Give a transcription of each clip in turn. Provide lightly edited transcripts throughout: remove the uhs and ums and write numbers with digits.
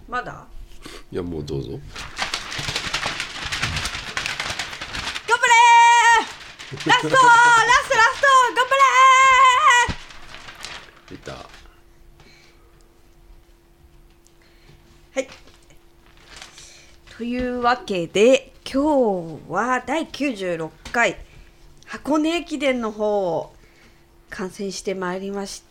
まだ？ いやもうどうぞ。 頑張れーラスト頑張れーいた。 はい。というわけで今日は第96回箱根駅伝の方を観戦してまいりまして、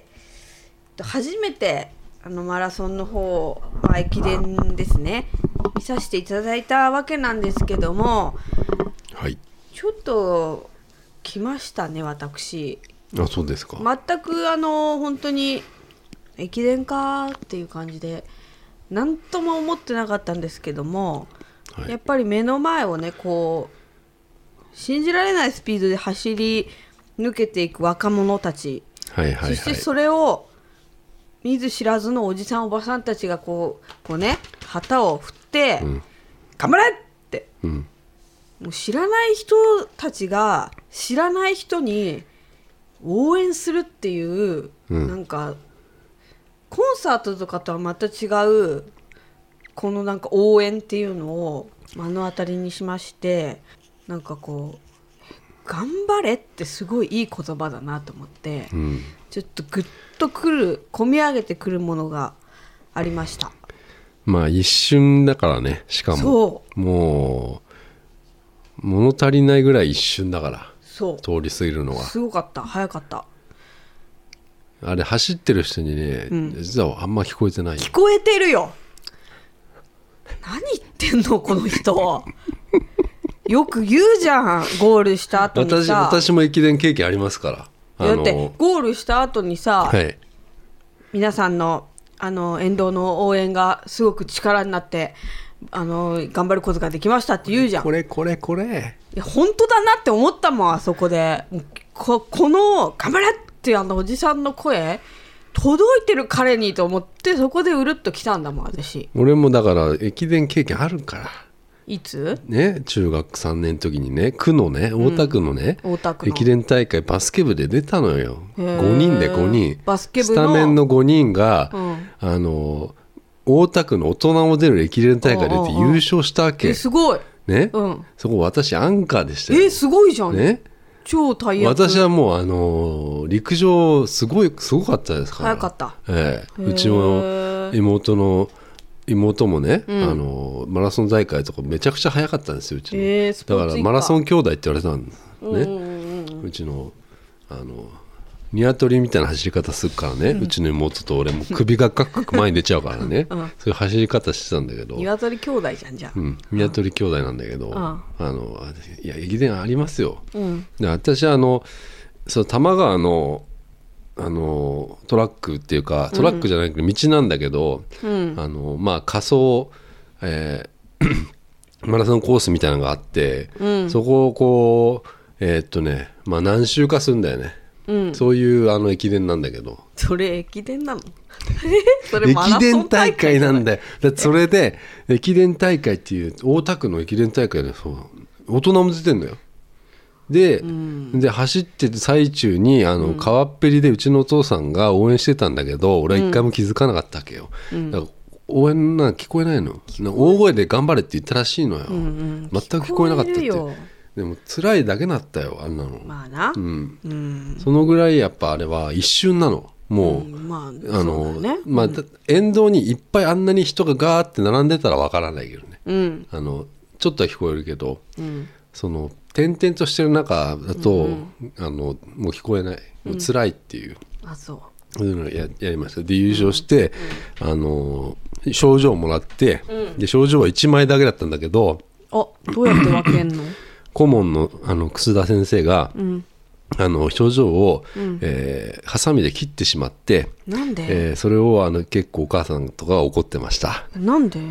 初めてマラソンの方、駅伝ですね、見させていただいたわけなんですけども、 はい。 ちょっと来ましたね私。 あ、そうですか。 全く本当に駅伝かっていう感じで何とも思ってなかったんですけども、 はい、 やっぱり目の前をねこう信じられないスピードで走り抜けていく若者たち、 はいはいはい、 そしてそれを見ず知らずのおじさんおばさんたちがこうね旗を振って、 うん、 頑張れって、 うん、 もう知らない人たちが知らない人に応援するっていう、なんかコンサートとかとはまた違うこのなんか応援っていうのを目の当たりにしまして、なんかこう頑張れってすごいいい言葉だなと思って、ちょっとグッとくる込み上げてくるものがありました。 まあ一瞬だからね、しかもそうもう物足りないぐらい一瞬だから、 そう通り過ぎるのはすごかった、早かった。 あれ走ってる人にね、実はあんま聞こえてない。 聞こえてるよ、何言ってんのこの人よく言うじゃん、ゴールした後にさ。 私も駅伝経験ありますから。 だってゴールした後にさ、 はい、 皆さんの沿道の応援がすごく力になって頑張ることができましたって言うじゃん。 これいや本当だなって思ったもん、あそこで。この頑張れっておじさんの声届いてる彼にと思って、そこでうるっと来たんだもん私。 俺もだから駅伝経験あるから。 いつね、中学3年の時にね、区のね、大田区のね、駅伝大会バスケ部で出たのよ。5人で5人バスケ部のスタメンの5人が、大田区の大人も出る駅伝大会で優勝したわけ。 すごいね、そこ私アンカーでしたよ。 すごいじゃんね。超大役。 私はもう陸上すごかったですから。 早かった、 うちの妹もね、マラソン大会とかめちゃくちゃ早かったんですよ、うちの。だからマラソン兄弟って言われたんですね、うちのニワトリみたいな走り方するからね、うちの妹と俺も首がカクカク前に出ちゃうからね、そういう走り方してたんだけど。 ニワトリ兄弟じゃん、じゃあ。 ニワトリ兄弟なんだけど、いや駅伝ありますよ。で私はその多摩川のトラックっていうか、トラックじゃないけど道なんだけど、まあ仮想、マラソンコースみたいなのがあって、そこをこうまあ何周かするんだよね、そういう駅伝なんだけど。 それ駅伝なのそれマラソン駅伝大会なんだよ。だってそれで駅伝大会っていう大田区の駅伝大会で大人も出てんのよ。で走ってる最中に川っぺりでうちのお父さんが応援してたんだけど、俺は一回も気づかなかったわけよ。だから応援なんか聞こえないの。大声で頑張れって言ったらしいのよ。全く聞こえなかったって。でも辛いだけだったよ、あんなの。 まあな、 そのぐらいやっぱあれは一瞬なの。もう、沿道にいっぱいあんなに人がガーって並んでたらわからないけどね、ちょっとは聞こえるけど、その点々としてる中だと、もう聞こえない、もう辛いっていう、そういうのを やりました。で優勝して、賞状をもらって、で賞状は1枚だけだったんだけど、 どうやって分けんの顧問の楠田先生が、賞状を、ハサミで切ってしまって、 なんで、 それを結構お母さんとかが怒ってました。 なんで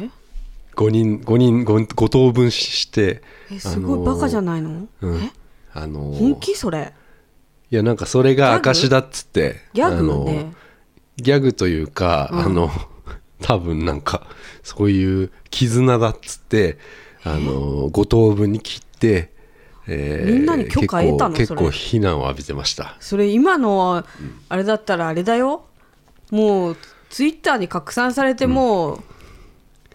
5等分して、 すごいバカじゃないの、本気それ。 いやなんかそれが証だっつって、 ギャグというか、多分なんかそういう絆だっつって、5等分に切って、 みんなに許可得たの？ 結構非難を浴びてました。 それ今のあれだったらあれだよ、もうツイッターに拡散されても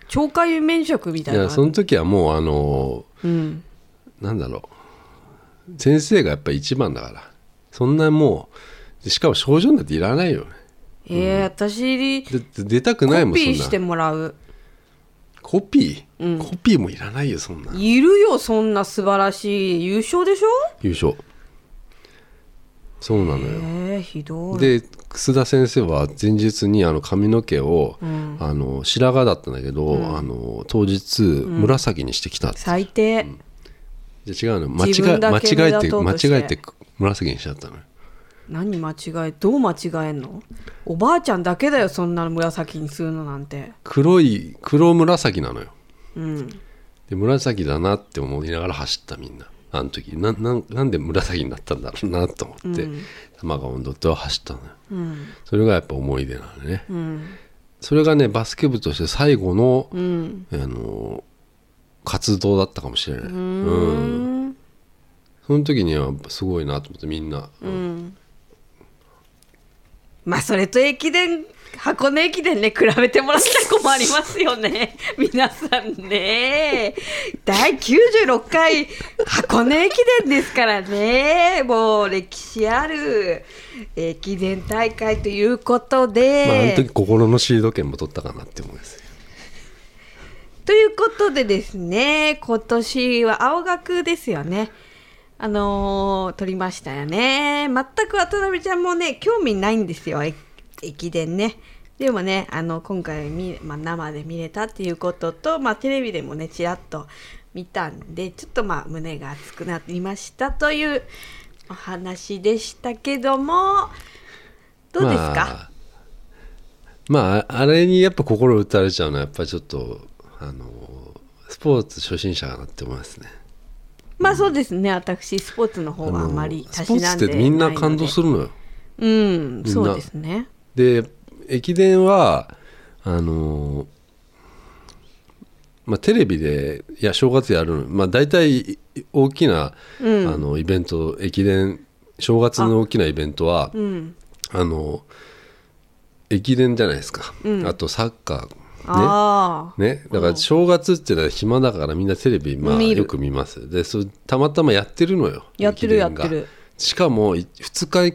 懲戒免職みたいな。 いやその時はもうなんだろう、先生がやっぱり一番だから、そんなもうしかも症状なんていらないよね。 私出たくないもん。 コピーしてもらう。 コピー、コピーもいらないよそんな。 いるよそんな素晴らしい。優勝でしょ。 優勝。そうなのよ。 ひどい。 で楠田先生は前日に髪の毛を、白髪だったんだけど、当日紫にしてきたって、 最低。 じゃ違うの、間違えて紫にしちゃったのよ。 何間違え、どう間違えんの。おばあちゃんだけだよそんな紫にするのなんて。黒紫なのよ。で紫だなって思いながら走った。みんなあの時なんで紫になったんだろうなと思って、玉川温度と走ったのよ。それがやっぱ思い出なのね。それがねバスケ部として最後の、活動だったかもしれない。その時にはすごいなと思ってみんな。 まあそれと駅伝、箱根駅伝ね比べてもらったら困りますよね皆さんね。第96回箱根駅伝ですからね。もう歴史ある駅伝大会ということで、 あの時心のシード権も取ったかなって思います。 ということでですね、今年は青学ですよね。取りましたよね。全く渡辺ちゃんもね興味ないんですよ駅伝ね。でもね今回生で見れたっていうことと、テレビでもねちらっと見たんでちょっと胸が熱くなりましたというお話でしたけども、どうですか。 あれにやっぱ心打たれちゃうのはやっぱりちょっとスポーツ初心者かなって思いますね。 そうですね。私スポーツの方はあまりたしなんでないので。 スポーツってみんな感動するのよ。 そうですね。 で駅伝はテレビで正月やるの、大体大きな、イベント、駅伝正月の大きなイベントは、駅伝じゃないですか。あとサッカーね、だから正月っていうのは暇だからみんなテレビよく見ます。でたまたまやってるのよ。 やってる。 しかも2日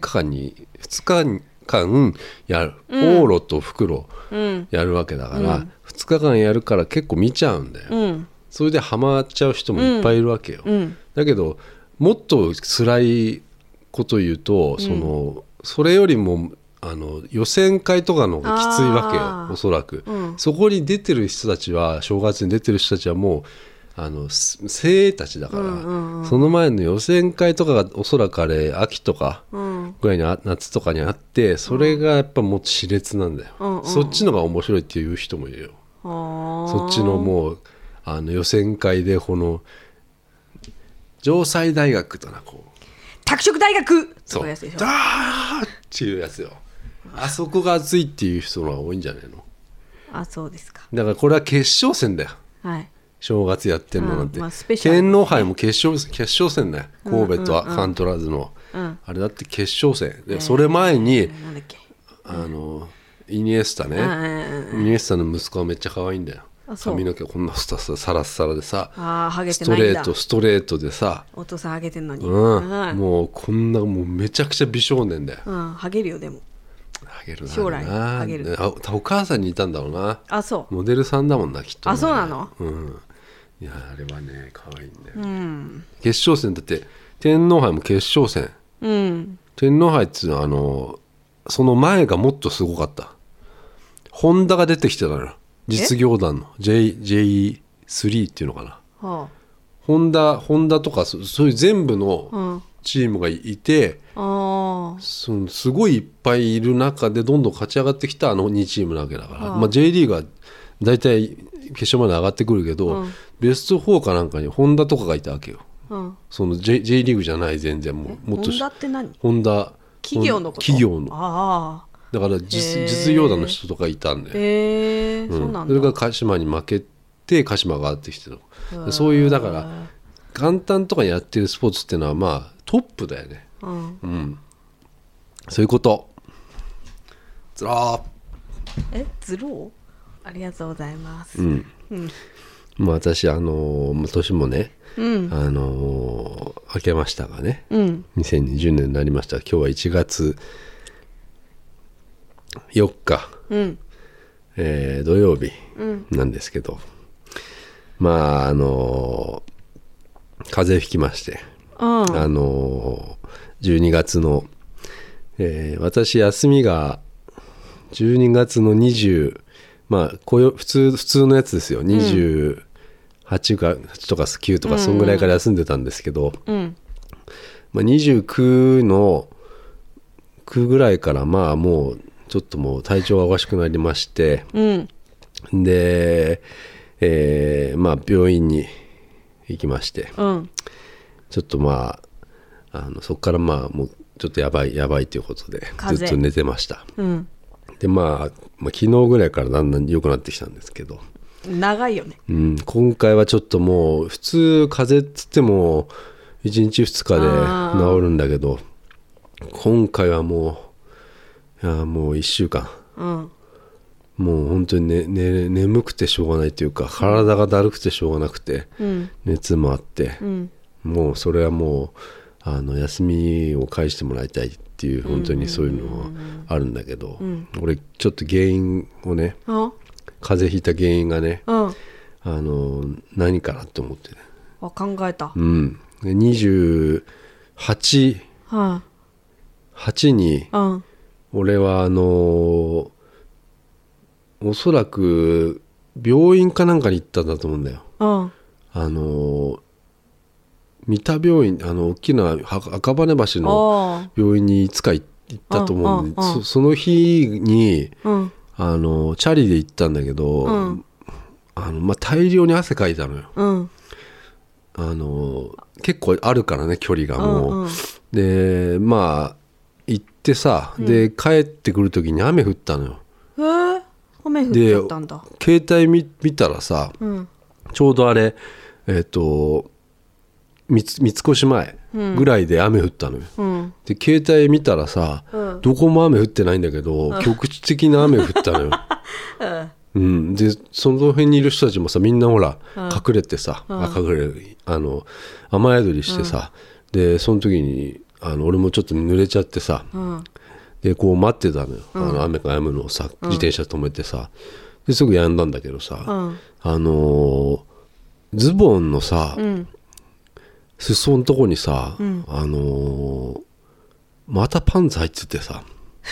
間やる、往路と復路やるわけだから、2日間やるから結構見ちゃうんだよ。それでハマっちゃう人もいっぱいいるわけよ。だけどもっと辛いこと言うと、それよりも予選会とかの方がきついわけよ、おそらく。そこに出てる人たちは、正月に出てる人たちはもう精鋭たちだから、その前の予選会とかがおそらくあれ秋とかぐらいに夏とかにあって、それがやっぱもう熾烈なんだよ。そっちのが面白いっていう人もいるよ。そっちのもう予選会でこの城西大学とな拓殖大学そうやつでしょ。ダーっていうやつよ。あそこが熱いっていう人が多いんじゃないの。 そうですか。 だからこれは決勝戦だよ。正月やってるのなんて、天皇杯も決勝戦だよ。神戸とカントラーズの、あれだって決勝戦で、それ前にイニエスタね、イニエスタの息子はめっちゃ可愛いんだよ。髪の毛こんなサラッサラでさ、ストレートでさ、 お父さんハゲてんのに、 もうこんなもうめちゃくちゃ美少年だよ。 ハゲるよ。でもハゲるな、 将来ハゲる。 お母さんにいたんだろうな。 そうモデルさんだもんなきっと。 そうなの。 いやあれはね可愛いんだよ。決勝戦だって天皇杯も決勝戦。天皇杯っていうのはその前がもっとすごかった。ホンダが出てきてたのよ。実業団の J3 っていうのかな。ホンダとかそういう全部のチームがいて、すごいいっぱいいる中でどんどん勝ち上がってきた2チームなわけだから、J リーグは大体決勝まで上がってくるけど、ベスト4かなんかにホンダとかがいたわけよ。その J リーグじゃない全然もっとホンダって何？ ホンダ企業のこと？ 企業の。だから実業団の人とかいたんだよ。 そうなんだ。 それが鹿島に負けて鹿島が上がってきてる。そういうだから簡単とかやってるスポーツっていうのはトップだよね。そういうこと。ずらー。 ずろありがとうございます。 まあ私年もね、明けましたがね、2020年になりました。今日は1月4日、土曜日なんですけど、まあ風邪ひきまして、12月の、私休みが12月の20、まあ普通のやつですよ、28とか9とかそんぐらいから休んでたんですけど、まあ、29の9ぐらいからまあもうちょっともう体調がおかしくなりまして、で、まあ病院に行きまして、ちょっとまあそこからまあもうちょっとやばいということでずっと寝てました。でまあ昨日ぐらいからだんだん良くなってきたんですけど、 長いよね。 今回はちょっともう普通風邪っつっても1日2日で治るんだけど、今回はもう1週間、もう本当に、眠くてしょうがないというか、体がだるくてしょうがなくて、熱もあって、もうそれはもう休みを返してもらいたいっていう、本当にそういうのはあるんだけど、俺ちょっと原因をね、風邪ひいた原因がね、何かなと思ってね、 考えた。 28に、俺はおそらく病院かなんかに行ったんだと思うんだよ。三田病院、大きな赤羽橋の病院にいつか行ったと思うんで、その日に、チャリで行ったんだけど、まあ、大量に汗かいたのよ。結構あるからね、距離がもう。でまあ行ってさ、で帰ってくる時に雨降ったのよ。 雨降っちゃったんだ。 で携帯見たらさ、ちょうどあれ三越前ぐらいで雨降ったのよ。で携帯見たらさ、どこも雨降ってないんだけど、局地的な雨降ったのよ。でその辺にいる人たちもさ、みんなほら隠れてさ、雨宿りしてさ、でその時に俺もちょっと濡れちゃってさ、でこう待ってたのよ、雨が止むのをさ、自転車止めてさ、ですぐ止んだんだけどさ、ズボンのさ、裾のとこにさ、またパンツ入っててさ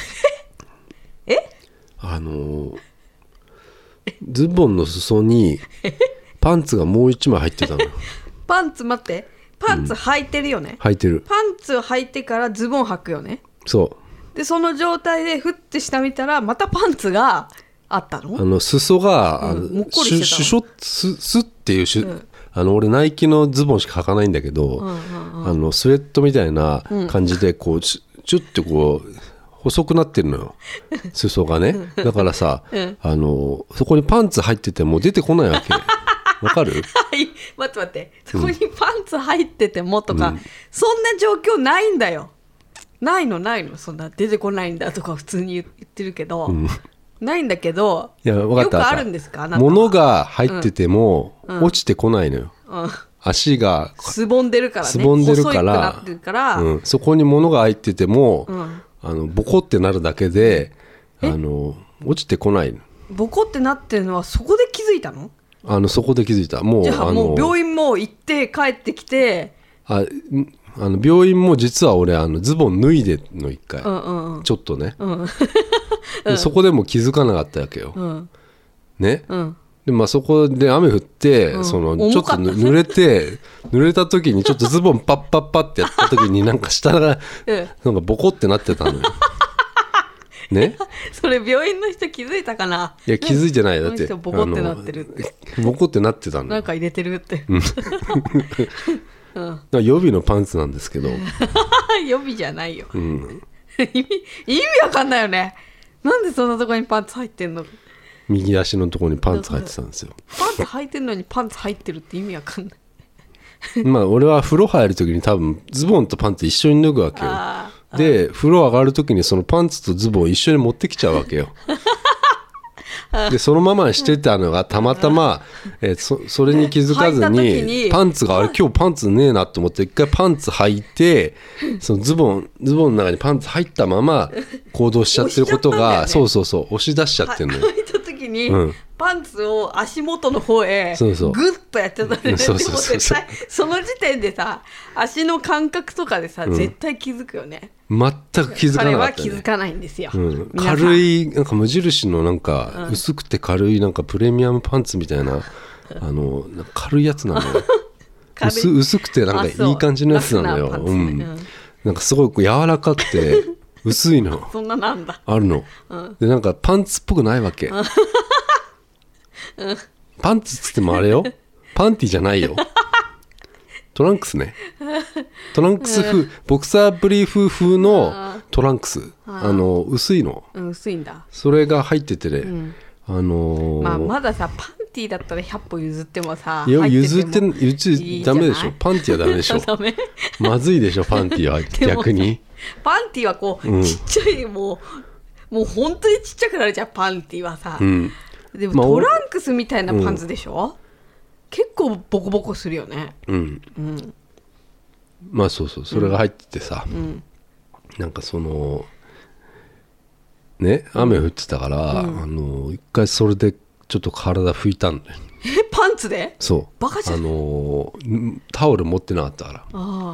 ズボンの裾にパンツがもう一枚入ってたのよ。 パンツ待って、パンツ履いてるよね。 履いてる。 パンツを履いてからズボン履くよね。 そうでその状態でふって下見たらまたパンツがあったの。 裾が、 もっこりしてたの。 スっていう俺ナイキのズボンしか履かないんだけど、スウェットみたいな感じでこうちょっとこう細くなってるのよ、裾がね。だからさ、そこにパンツ入ってても出てこないわけ。わかる？ 待ってそこにパンツ入っててもとか、そんな状況ないんだよ。ないのそんな出てこないんだとか普通に言ってるけど、ないんだけど、 いや分かった、 よくあるんですか？あなたは物が入ってても落ちてこないのよ。足がすぼんでるからね。 細くなってるから、 そこに物が入ってても、ボコってなるだけで落ちてこない。 ボコってなってるのはそこで気づいたの？ そこで気づいた。もうじゃあもう病院も行って帰ってきて、 病院も実は俺ズボン脱いでの一回、ちょっとね、そこでも気づかなかったわけよ、ね、でまあそこで雨降って、ちょっと濡れた時にちょっとズボンパッパッパってやった時になんか下がなんかボコってなってたのよ。ね、 それ病院の人気づいたかな？ いや気づいてない。だってボコってなってるって、 ボコってなってたの。 なんか入れてるって。 予備のパンツなんですけど。 予備じゃないよ。意味わかんないよね。なんでそんなとこにパンツ入ってんの？ 右足のとこにパンツ入ってたんですよ。 パンツ履いてんのにパンツ入ってるって意味わかんない。 まあ俺は風呂入る時に多分ズボンとパンツ一緒に脱ぐわけよ。で風呂上がる時にそのパンツとズボンを一緒に持ってきちゃうわけよ。 でそのままにしてたのがたまたま、それに気づかずにパンツがあれ今日パンツねえなと思って一回パンツ履いてそのズボンの中にパンツ入ったまま行動しちゃってることが、そうそうそう押し出しちゃってるのよ。 履いた時に、パンツを足元の方へグッとやっちゃったね。その時点でさ足の感覚とかでさ、絶対気づくよね。 全く気づかなかった、ね、 彼は気づかないんですよ、 軽いなんか無印のなんか薄くて軽いなんかプレミアムパンツみたいな軽いやつなのよ薄くてなんかいい感じのやつなのよ、なんかすごい柔らかくて薄いのそんななんだあるの、でなんかパンツっぽくないわけ、パンツっつってもあれよパンティじゃないよトランクスね、トランクス風、ボクサーブリーフ風のトランクス、薄いの、 薄いんだ。 それが入っててね、 まださパンティだったら100歩譲ってもさ、 いや譲ってダメでしょ、パンティはダメでしょまずいでしょパンティは逆にパンティはこう、ちっちゃいもう本当にちっちゃくなるじゃんパンティはさ、でもトランクスみたいなパンツでしょ、結構ボコボコするよね。 まあそうそうそれが入っててさ、なんかそのね雨降ってたから、一回それでちょっと体拭いたんだよ。 パンツで？ そうバカじゃん。 タオル持ってなかったから 。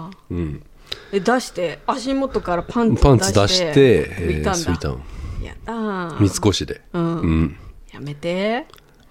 出して足元からパンツ出して拭いたんだ。 拭いたの。 やだ。 三越で。 やめて。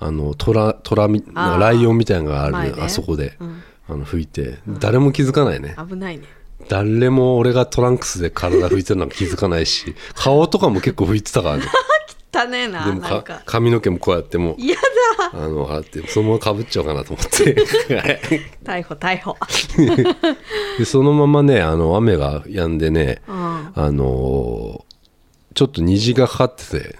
ライオンみたいなのがある、あそこで、拭いて、誰も気づかないね。 危ないね。 誰も俺がトランクスで体拭いてるのは気づかないし顔とかも結構拭いてたからね汚ねえな。 でも髪の毛もこうやってもうやだあってそのままかぶっちゃおうかなと思って逮捕でそのままね雨が止んでね、ちょっと虹がかかってて、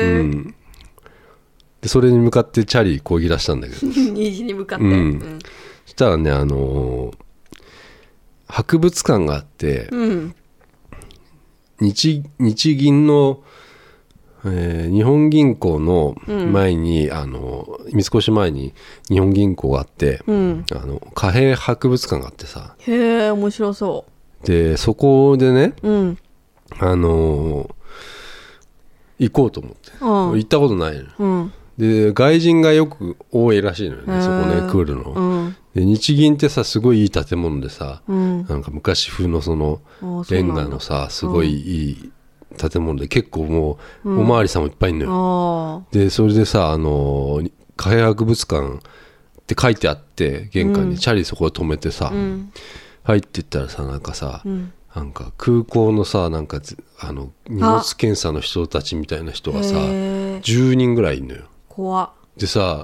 でそれに向かってチャリこぎ出したんだけど虹に向かって、 そしたらね博物館があって、日銀の、日本銀行の前に、三越前に日本銀行があって、貨幣博物館があってさ、 へえ面白そう。 でそこでね、行こうと思って、行ったことないの、で外人がよく多いらしいのよね、そこね来るの、で日銀ってさすごいいい建物でさ、なんか昔風のそのレンガのさすごいいい建物で結構もうおまわりさんもいっぱいいるのよ、でそれでさ貨幣博物館って書いてあって玄関に、チャリそこで止めてさ、入っていったらさなんかさ、なんか空港のさなんか荷物検査の人たちみたいな人がさ10人ぐらいいるのよ。 怖っ。でさ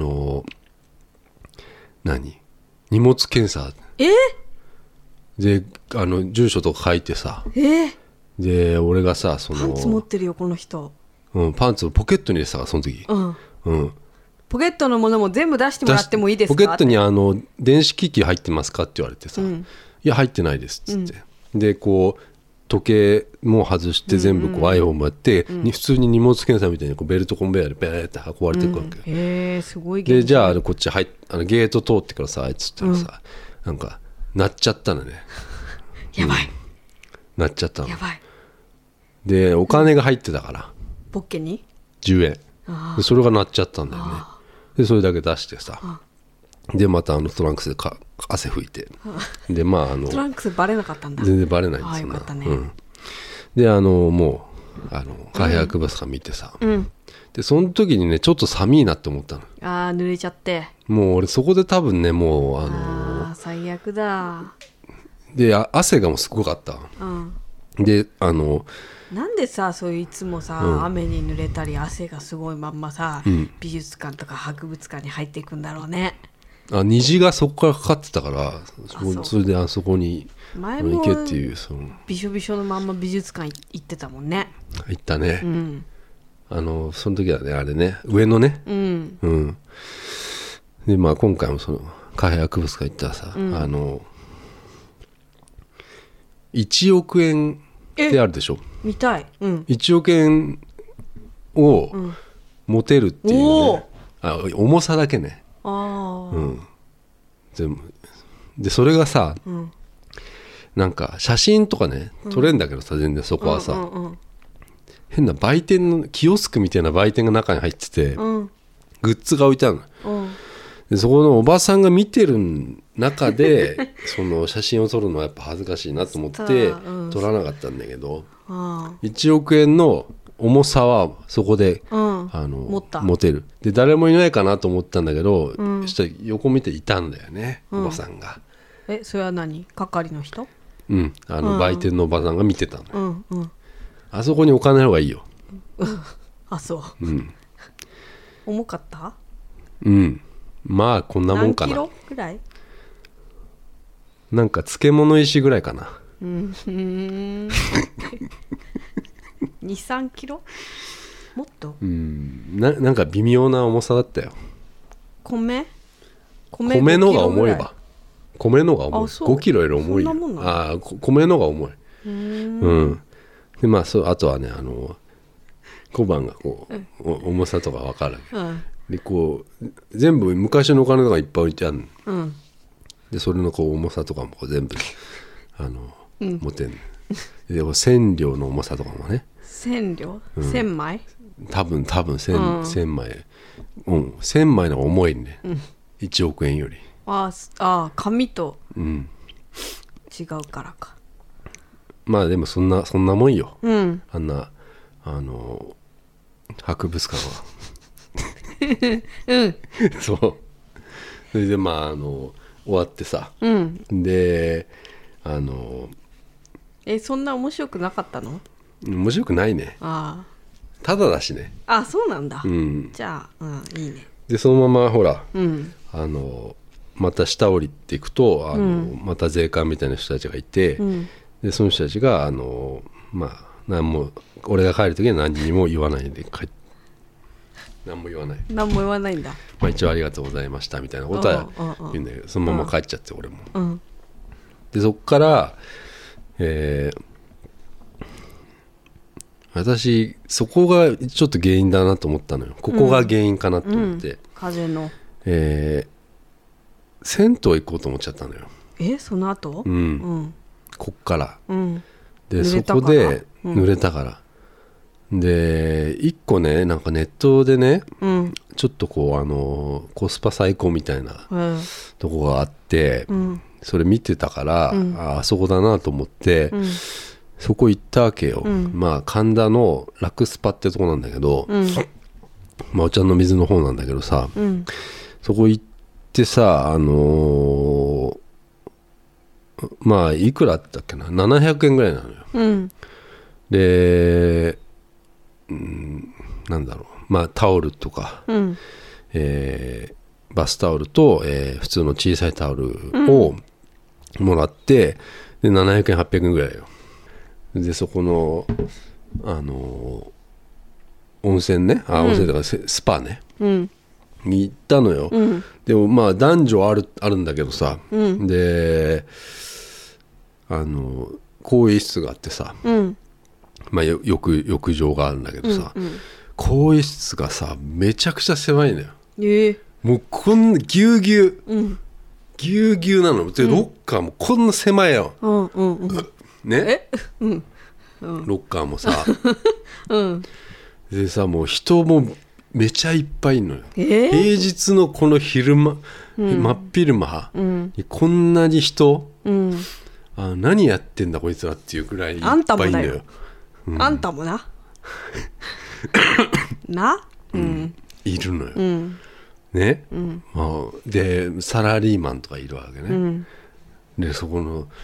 荷物検査で住所とか書いてさ、で俺がさパンツ持ってるよこの人、 パンツをポケットに入れてたからその時、 ポケットのものも全部出してもらってもいいですか？ ポケットに電子機器入ってますかって言われてさ、いや入ってないですっつって、でこう時計も外して全部こう iPhone もやって、普通に荷物検査みたいにこうベルトコンベヤーでベーって運ばれていくわけ、 すごい。 でじゃあこっちゲート通ってくださいっつったらさ、なんか鳴っちゃったのねやばい、 鳴っちゃったの。 やばい。 でお金が入ってたから、 ポッケに 10円でそれが鳴っちゃったんだよね。でそれだけ出してさ、でまたトランクスで汗拭いて、でトランクスバレなかったんだ。 全然バレないんですよ。 よかったね。 でもう貨幣博物館見てさ、でその時にねちょっと寒いなって思ったの。 濡れちゃって。 もう俺そこで多分ねもう最悪だ。 で汗がもうすごかった、でなんでさそういういつもさ、雨に濡れたり汗がすごいまんまさ、美術館とか博物館に入っていくんだろうね。 虹がそこからかかってたから、それであそこに行けっていう、 びしょびしょのまんま美術館行ってたもんね。 行ったね、その時はねあれね上のね、で今回もその貨幣博物館行ったらさ、1億円ってあるでしょ。 見たい、 1億円を、 モテるっていうね。重さだけね。全部でそれがさ、なんか写真とかね撮れんだけどさ、全然そこはさ、変な売店のキオスクみたいな売店が中に入ってて、グッズが置いてあるの。でそこのおばさんが見てる中でその写真を撮るのはやっぱ恥ずかしいなと思って撮らなかったんだけど、1億円の重さはそこで、持てる。で誰もいないかなと思ったんだけど、そしたら横見ていたんだよね、おばさんが。 それは何？係の人？ 売店のおばさんが見てたのよ。あそこに置かない方がいいよ。 あ、そう。重かった？ まあこんなもんかな。 何キロぐらい？ なんか漬物石ぐらいかな。 2、3キロ？もっと？ なんか微妙な重さだったよ。 米のが重いわ。米のが重い。5キロより重いよ。米のが重い。でまああとはね小判がこう、重さとか分かるわけ、でこう全部昔のお金とかいっぱい置いてあるの、でそれのこう重さとかもこう全部持てんの。で1000両の重さとかもね。 1000両？1000枚？ 多分1000枚。1000枚の方が重いね、1億円より。 紙と違うからか。 まあでもそんなもんよ、あんな博物館はそうそれでまあ終わってさ、でそんな面白くなかったの？ 面白くないね。ただだしね。 そうなんだ、じゃあ、いいね。 でそのままほら、また下降りていくとまた税関みたいな人たちがいて、でその人たちがまあ何も俺が帰る時は何にも言わないで何も言わないんだ。 まあ一応ありがとうございましたみたいなことは言うんだけど、そのまま帰っちゃって俺も、でそっから私そこがちょっと原因だなと思ったのよ。ここが原因かなと思って、 風の銭湯行こうと思っちゃったのよ。 その後？ こっから、でそこで濡れたから、で一個ねなんかネットでね、ちょっとこうコスパ最高みたいなとこがあって、それ見てたから、あそこだなと思って、そこ行ったわけよ、まあ神田のラクスパってとこなんだけど、まあお茶の水の方なんだけどさ、そこ行ってさまあいくらだったっけな、700円ぐらいなのよ、でなんだろう、まあタオルとか、バスタオルと、普通の小さいタオルをもらって、で700円800円ぐらいよ。でそこの温泉ね、温泉とかスパね、に行ったのよ、でもまあ男女あるんだけどさ、で更衣室があってさ、まあ、浴場があるんだけどさ、更衣室がさめちゃくちゃ狭いのよ、もうこんなぎゅうぎゅうなので、ロッカーもこんな狭いよ、ね、ロッカーもさ、でさもう人もめちゃいっぱいいるのよ、平日のこの昼間、真っ昼間、こんなに人、何やってんだこいつらっていうくらいいっぱいいるのよ。 あんたもないるのよ、ね、でサラリーマンとかいるわけね、でそこの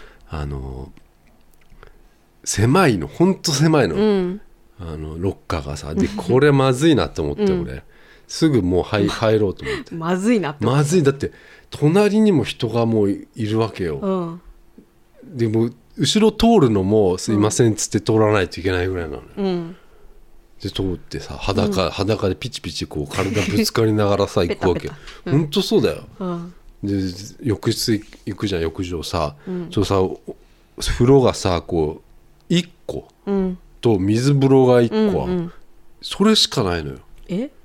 狭いの、ほんと狭いの、ロッカーがさ、でこれまずいなと思って、俺すぐもう入ろうと思ってまずいなって、 まずい、だって隣にも人がもういるわけよ、でも後ろ通るのもすいませんっつって通らないといけないぐらいなのよ、で通ってさ裸でピチピチこう体ぶつかりながらさ行くわけ、ほんとそうだよ、で浴室行くじゃん、浴場さ、そうさ風呂がさこう1個と水風呂が1個は、それしかないのよ。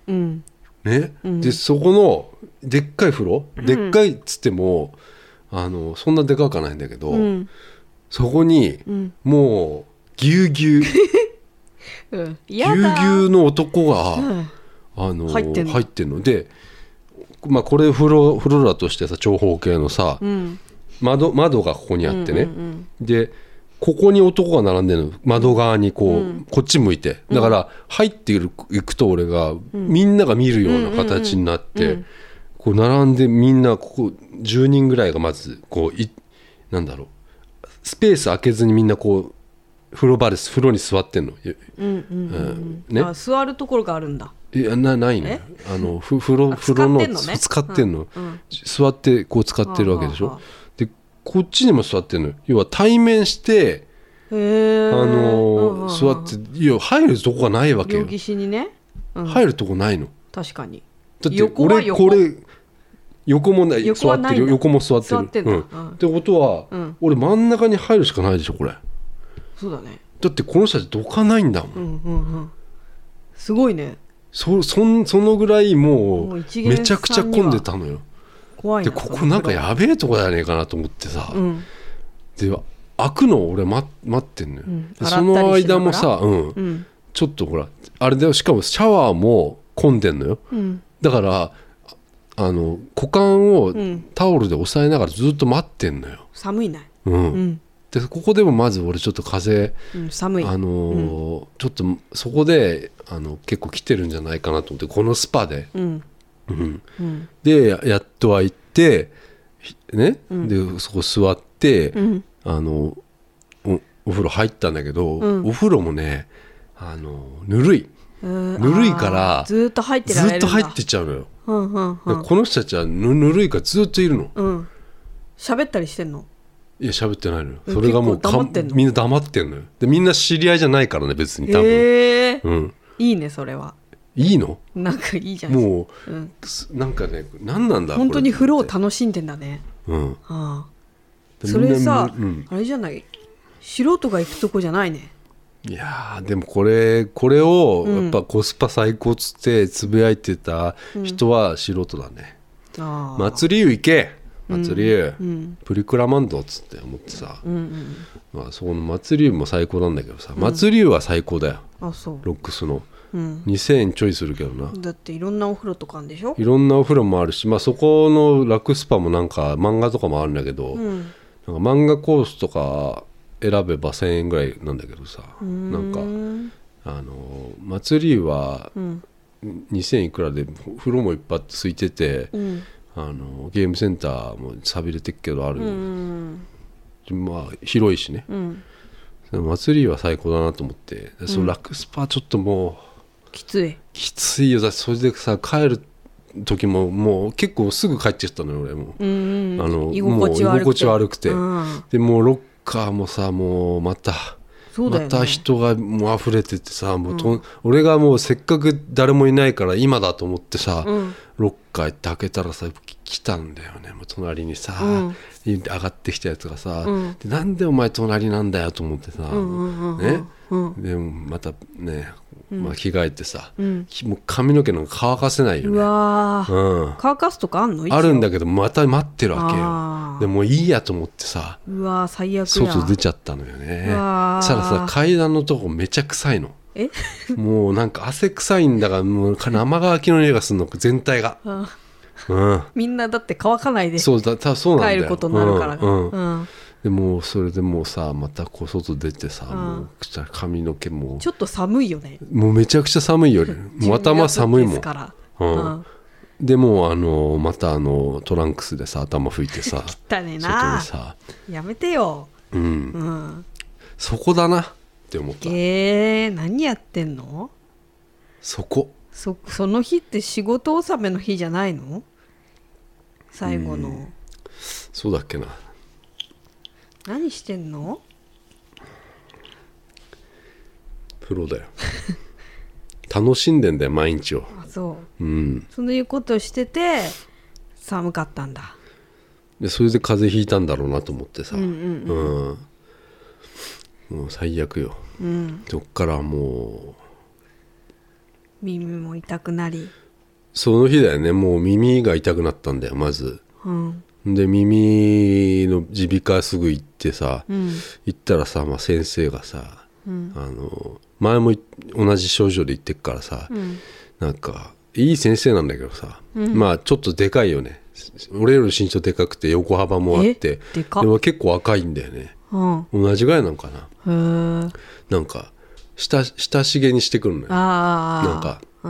うんね、 うん、 でそこのでっかい風呂、でっかいっつってもそんなでかくはないんだけど、 うん、 そこに、 うん、 もうぎゅうぎゅううん、 ぎゅうぎゅうの男が、 うん、入ってんので、まあ、これ風呂だとしてさ、長方形のさ、 うん、 窓がここにあってね、 うんうんうん、 でここに男が並んでるの、窓側にこう、 うん、 こっち向いて、だから入っていくと俺が、みんなが見るような形になって、こう並んでみんなここ10人ぐらいがまずこうなんだろう、スペース空けずにみんなこう風呂に座ってんの、 ね、あ、座るところがあるんだ。 いやないね、風呂の使ってんの、座ってこう使ってるわけでしょ。でこっちにも座ってんのよ。要は対面して座って、いや入るとこがないわけよ。 両岸にね、 入るとこないの。 確かに。 だって俺これ横もない、座ってる、横も座ってる。ってことは、俺真ん中に入るしかないでしょこれ。 そうだね。 だってこの人たちどかないんだもん。 すごいね。 そのぐらいもうめちゃくちゃ混んでたのよ。 怖いな。 でここなんかやべえとこじゃねえかなと思ってさ、で開くのを俺待ってんのよ、その間もさ、ちょっとほらあれだよ、しかもシャワーも混んでんのよ、だから股間をタオルで押さえながらずっと待ってんのよ。 寒いね。 でここでもまず俺ちょっと風、 寒い、 ちょっとそこで結構来てるんじゃないかなと思って、このスパで、でやっとは行ってね、でそこ座って、お風呂入ったんだけど、お風呂もねぬるいからずっと入ってられるんだ。 ずっと入ってっちゃうのよ。この人たちはぬるいからずっといるの。 喋ったりしてんの？ いや喋ってないのよ。それがもうみんな黙ってんのよ。でみんな知り合いじゃないからね別に多分。 いいねそれは。 いいの？ なんかいいじゃん。 もう、なんかね、何なんだ本当に風呂を楽しんでんだね。それさ、あれじゃない、素人が行くとこじゃないね。 いやでもこれをやっぱコスパ最高っつってつぶやいてた人は素人だね。祭り湯行け、祭り湯、プリクラマンドっつって思ってさ、まあそこの祭り湯も最高なんだけどさ、祭り湯は最高だよ。ロックスの2000円ちょいするけどな。 だっていろんなお風呂とかあるんでしょ。 いろんなお風呂もあるし、まあそこのラクスパもなんか漫画とかもあるんだけど、なんか漫画コースとか選べば1000円ぐらいなんだけどさ、なんか祭りは2000いくらで風呂もいっぱい空いてて、ゲームセンターも寂れてっけどある、まあ広いしね、祭りは最高だなと思って、そのラクスパちょっともうきついよ。だってそれでさ帰る時ももう結構すぐ帰ってきたのよ俺も。 居心地悪くて、 でもうロッカーもさもうまた人がもう溢れててさ、もう俺がもうせっかく誰もいないから今だと思ってさ、ロッカー行って開けたらさ来たんだよね。もう隣にさ、上がってきたやつがさ、でなんでお前隣なんだよと思ってさ、ね、でもまたね、まあ、着替えてさ、もう髪の毛なんか乾かせないよね。乾かすとかあんの？ あるんだけどまた待ってるわけよ。でもういいやと思ってさ、 最悪や。 外出ちゃったのよね。そしたらさ階段のとこめちゃ臭いの。もうなんか汗臭いんだから、もう生乾きの匂いがするの全体が。 みんなだって乾かないでそうなんだよ。 帰ることになるからでもうそれでもうさまたこう外出てさ、もう髪の毛もちょっと寒いよね。 もうめちゃくちゃ寒いよね。もう頭寒いもん。でもうまたトランクスでさ頭拭いてさ汚ねえな、外でさやめてよ。 そこだなって思った。 何やってんの？その日って仕事納めの日じゃないの？最後の。 そうだっけな。 何してんの？ プロだよ。楽しんでんだよ毎日を。 そういうことをしてて寒かったんだ。 でそれで風邪ひいたんだろうなと思ってさ、もう最悪よ。そっからもう耳も痛くなり、 その日だよね。もう耳が痛くなったんだよまず、 うん、 で耳の耳鼻科すぐ行ってさ、 うん、 行ったらさ、まあ、先生がさ、 うん、 前も同じ症状で行ってっからさ、 うん、 なんかいい先生なんだけどさ、 うん、 まあちょっとでかいよね。俺より身長でかくて横幅もあってでかっ。 でも結構赤いんだよね、 うん、 同じぐらいなのかな。 へえ。 なんか親しげにしてくるのよ。 ああ。 なんか、 うん、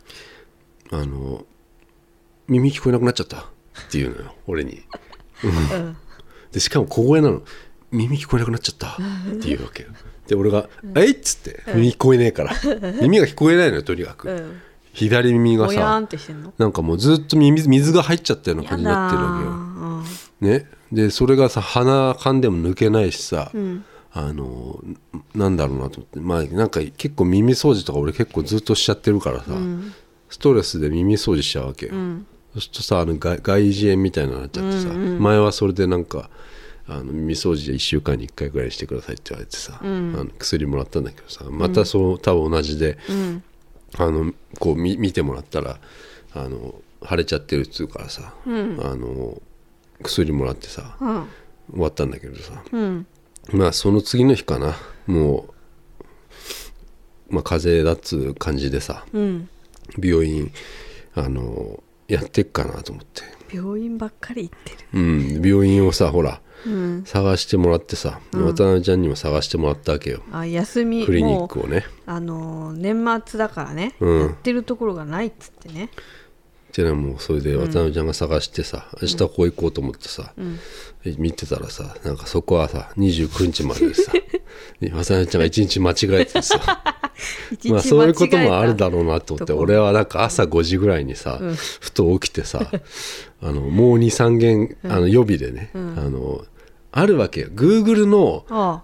耳聞こえなくなっちゃったっていうのよ俺に、 うん、 でしかも小声なの。耳聞こえなくなっちゃったっていうわけよ。で俺が「えい!」っつって耳聞こえねえから耳が聞こえないのよとにかく、左耳がさなんかもうずっと水が入っちゃったような感じになってるわけよ、ね、でそれがさ鼻かんでも抜けないしさ、なんだろうなと思って、まあなんか結構耳掃除とか俺結構ずっとしちゃってるからさ、ストレスで耳掃除しちゃうわけよ、そうするとさ外耳炎みたいになっちゃってさ、前はそれでなんか耳掃除で1週間に1回ぐらいしてくださいって言われてさ、薬もらったんだけどさ、また多分同じで、こう見てもらったら腫れちゃってるっつうからさ、薬もらってさ、終わったんだけどさ、まあその次の日かな、もう、まあ、風邪だっつう感じでさ、病院やってっかなと思って。 病院ばっかり行ってる、病院をさほら、探してもらってさ、渡辺ちゃんにも探してもらったわけよ。 休みクリニックをね、 年末だからね、やってるところがないっつってね。 っていうのはもうそれで渡辺ちゃんが探してさ、明日ここ行こうと思ってさ、見てたらさ、なんかそこはさ29日まででさ渡辺ちゃんが1日間違えてさまあそういうこともあるだろうなと思って、俺はなんか朝5時ぐらいにさ、ふと起きてさもう 2,3 件予備でね、あるわけよ Google の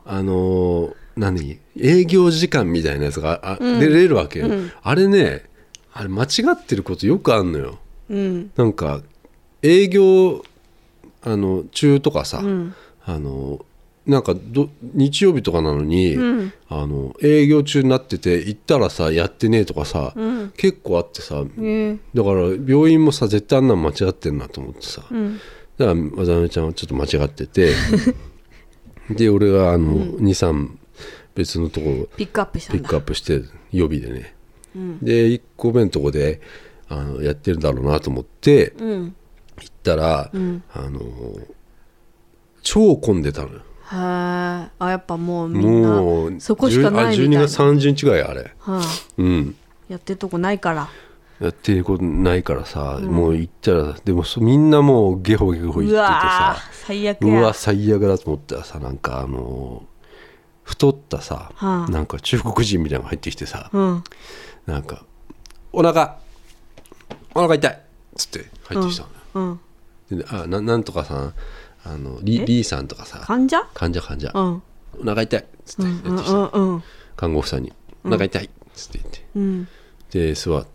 営業時間みたいなやつが出れるわけよ、あれね、あれ間違ってることよくあんのよ、なんか営業中とかさ、なんか日曜日とかなのに、営業中になってて行ったらさやってねえとかさ、結構あってさ、だから病院もさ絶対あんなの間違ってんなと思ってさ、だから渡辺ちゃんはちょっと間違っててで俺が2,3別のところピックアップして予備でね、で1個目のとこでやってるだろうなと思って、行ったら、超混んでたのよ。 へえ。やっぱもうみんなそこしかないみたいな。 12月30日ぐらいあれ、 やってるとこないから、 やってることないからさ、もう行ったらでもみんなもうゲホゲホ言っててさ、 最悪や。 うわ最悪だと思ったらさ、なんか太ったさ、なんか中国人みたいなのが入ってきてさ、なんかお腹痛いっつって入ってきたのよ、でなんとかさんリーさんとかさ、患者、お腹痛いっつってやってきた、看護婦さんにお腹痛いっつって言って、で座って、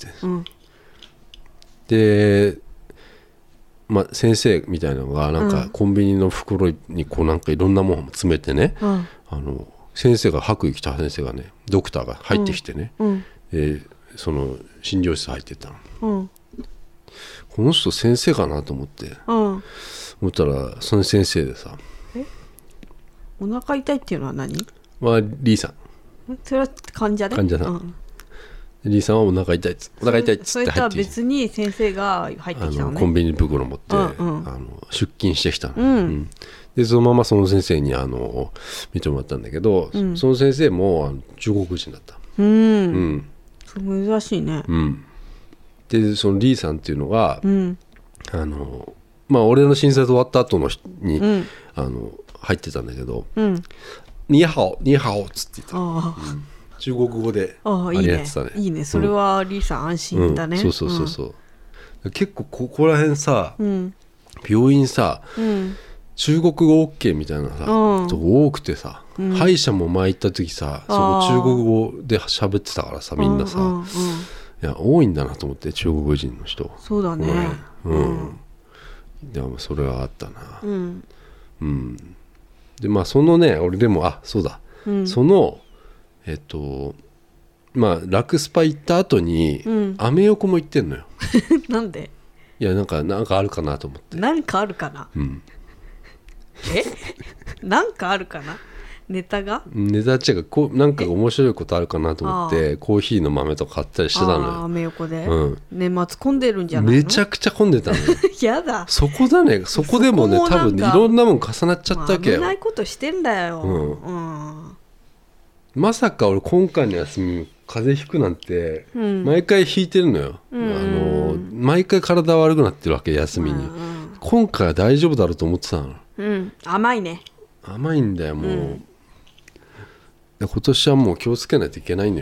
でまあ先生みたいなのがなんかコンビニの袋にこうなんかいろんなもの詰めてね、先生が白衣着た先生がね、ドクターが入ってきてね、その診療室入ってったの、この人先生かなと思って、思ったらその先生でさ、 お腹痛いっていうのは何？ リーさん。 それは患者ね。 患者さん、リーさんはお腹痛いっつって入ってきて、 それとは別に先生が入ってきたのね。 コンビニ袋持って、出勤してきたの、でそのままその先生に見てもらったんだけど、その先生も中国人だった。 珍しいね。 でそのリーさんっていうのが、まあ俺の診察終わった後のに、入ってたんだけど、ニーハオニーハオっつって言った、中国語であれやってたね。 いいね、それはリーさん安心だね。 そう、結構ここら辺さ、病院さ、中国語 OK みたいなさ、とこ多くてさ、歯医者も前行った時さ、そこ中国語で喋ってたからさ、みんなさ、いや多いんだなと思って、中国人の人。 そうだね。 でもそれはあったな。でまあそのね、俺でもそうだ、そのまあラクスパ行った後に、アメ横も行ってんのよ。 なんで？ いやなんかあるかなと思って。 なんかあるかな、なんかあるかな、ネタ違うなんか面白いことあるかなと思ってコーヒーの豆とか買ったりしてたのよ。 アメ横で、年末混んでるんじゃないの？ めちゃくちゃ混んでたのよ。 やだ、 そこだね。そこでもね多分いろんなもん重なっちゃったわけよ。 危ないことしてんだよ、 まさか俺今回の休み風邪ひくなんて、毎回ひいてるのよ、毎回体悪くなってるわけ休みに、今回は大丈夫だろうと思ってたの。 甘いね。 甘いんだよもう、今年はもう気をつけないといけないのよ、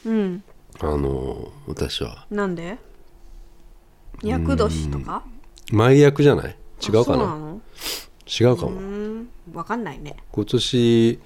私は。 なんで？厄年とか？ 前役じゃない？違うかな？ そうなの？ 違うかも。 分かんないね。 今年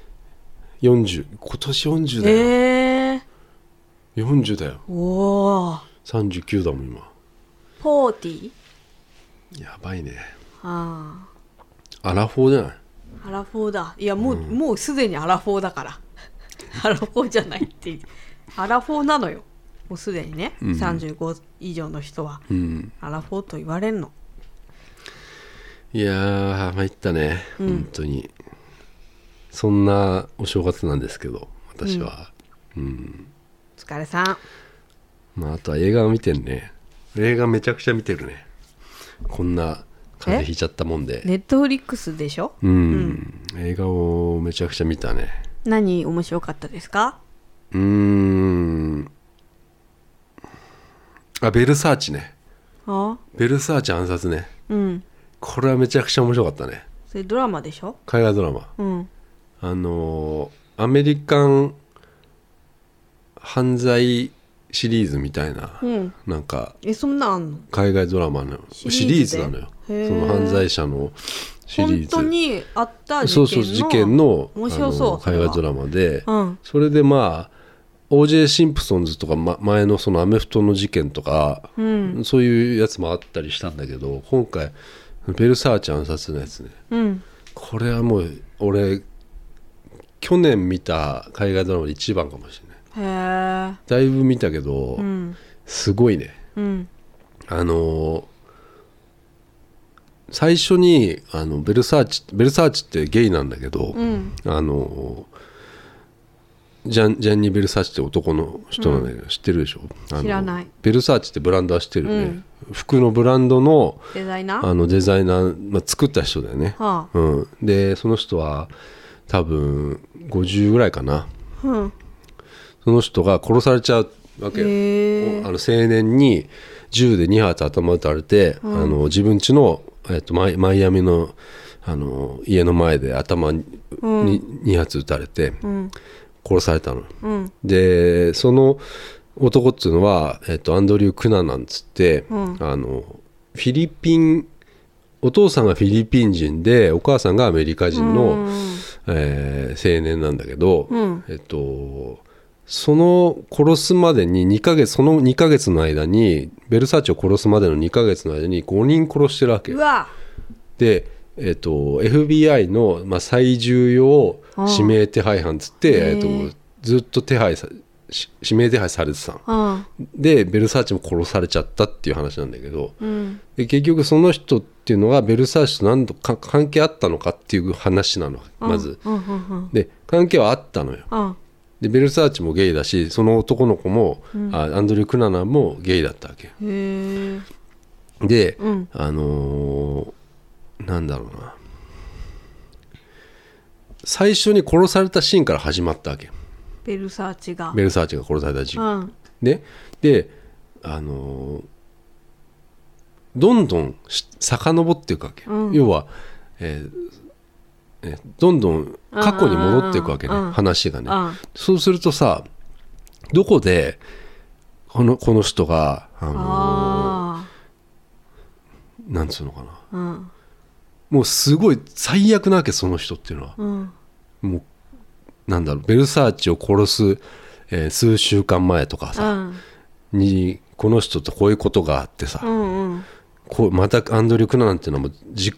40だよ。40だよ。 おお。 39だもん今。 40？ やばいね。 アラフォーじゃない？ アラフォーだ。いやもうすでにアラフォーだからアラフォーじゃないってアラフォーなのよ。もうすでにね、35以上の人は、アラフォーと言われんの。 いやー参ったね、本当に。そんなお正月なんですけど私は、 お疲れさん。 まああとは映画を見てるね。映画めちゃくちゃ見てるね。こんな風邪ひいちゃったもんで。 ネットフリックスでしょ？ 映画をめちゃくちゃ見たね。 何面白かったですか？ ベルサーチね。ベルサーチ暗殺ね。これはめちゃくちゃ面白かったね。 それドラマでしょ？ 海外ドラマ。アメリカン犯罪シリーズみたいな、なんかそんなんあんの？海外ドラマのシリーズなのよ。その犯罪者のシリーズ。 本当にあった事件の面白そう海外ドラマで、それでまあOJ シンプソンズとか、前のそのアメフトの事件とか、そういうやつもあったりしたんだけど、今回ベルサーチ暗殺のやつね、これはもう俺去年見た海外ドラマで一番かもしれない。だいぶ見たけど、すごいね、最初にベルサーチってゲイなんだけど、ジャンニ・ベルサーチって男の人なんだけど、知ってるでしょ？ 知らない。 ベルサーチってブランドは知ってるよね、服のブランドのデザイナー、 デザイナー、作った人だよね、でその人は多分50ぐらいかな、その人が殺されちゃうわけよ。青年に銃で2発頭撃たれて、自分家の、マイアミの、家の前で頭に2発撃たれて、殺されたの、でその男っていうのは、アンドリュー・クナなんつって、フィリピン、お父さんがフィリピン人でお母さんがアメリカ人の、青年なんだけど、その殺すまでにその2ヶ月の間にベルサーチを殺すまでの2ヶ月の間に5人殺してるわけで、FBI の、最重要指名手配犯つって、ずっと指名手配されてたので、ベルサーチも殺されちゃったっていう話なんだけど、で結局その人っていうのがベルサーチと何度か関係あったのかっていう話なのまず、で関係はあったのよ、でベルサーチもゲイだし、その男の子も、アンドリュー・クナナもゲイだったわけで、なんだろうな、最初に殺されたシーンから始まったわけ。 ベルサーチが殺された時期、でどんどん遡っていくわけ、要は、どんどん過去に戻っていくわけね、話がね、そうするとさ、どこでこの人がなんつうのかな、もうすごい最悪なわけ、その人っていうのは、もうなんだろう、ベルサーチを殺す、数週間前とかさ、にこの人とこういうことがあってさ、またアンドリュー・クナナっていうのはもう自己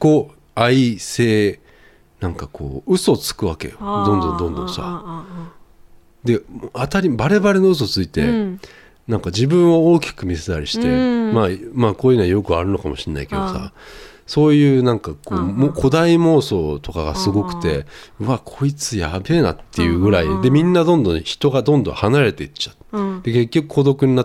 愛性なんかこう嘘をつくわけよ、どんどんさ。 でバレバレの嘘ついて、なんか自分を大きく見せたりして、まあこういうのはよくあるのかもしれないけどさ、そういうなんかこう、古代妄想とかがすごくて、うわこいつやべえなっていうぐらいで、みんな人がどんどん離れていっちゃう、で結局孤独になって、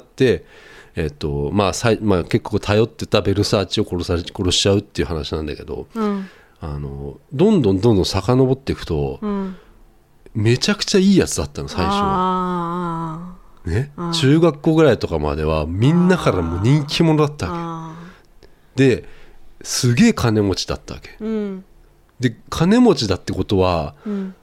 まあ結構頼ってたベルサーチを殺しちゃうっていう話なんだけど、どんどん遡っていくと、めちゃくちゃいいやつだったの最初は。ね、中学校ぐらいとかまではみんなからも人気者だったわけですげえ金持ちだったわけ、で金持ちだってことは、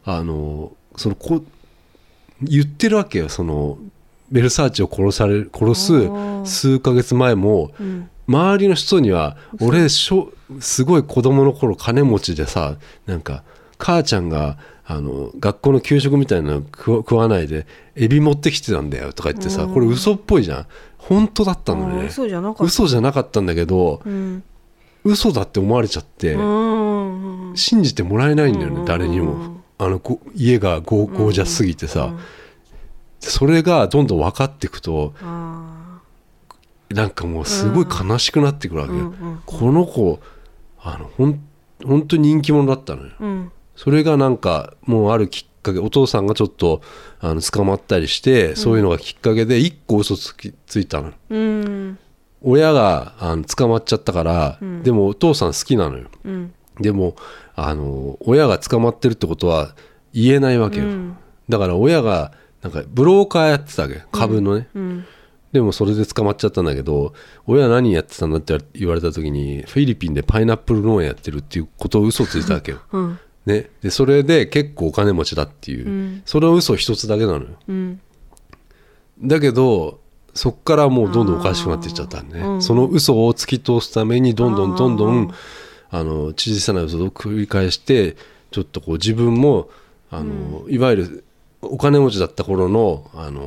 言ってるわけよ。そのベルサーチを殺す数ヶ月前も、周りの人には俺すごい子供の頃金持ちでさ、なんか母ちゃんが学校の給食みたいなの食わないでエビ持ってきてたんだよとか言ってさ、これ嘘っぽいじゃん。本当だったのね。嘘じゃなかったんだけど、嘘だって思われちゃって、信じてもらえないんだよね、誰にも。家がゴージャスすぎてさ、それがどんどん分かっていくと、なんかもうすごい悲しくなってくるわけよ。この子本当に人気者だったのよ、それがなんかもうあるきっかけ、お父さんがちょっと捕まったりして、そういうのがきっかけで一個嘘ついたの、親が捕まっちゃったから、でもお父さん好きなのよ、でも親が捕まってるってことは言えないわけよ、だから親がなんかブローカーやってたわけ、株のね、でもそれで捕まっちゃったんだけど、親は何やってたんだって言われた時に、フィリピンでパイナップル農園やってるっていうことを嘘ついたわけよ、ね、でそれで結構お金持ちだっていう、それは嘘一つだけなのよ、だけどそっからもうどんどんおかしくなっていっちゃったんでね、その嘘を突き通すためにどんどん小さな嘘を繰り返して、ちょっとこう自分もいわゆるお金持ちだった頃の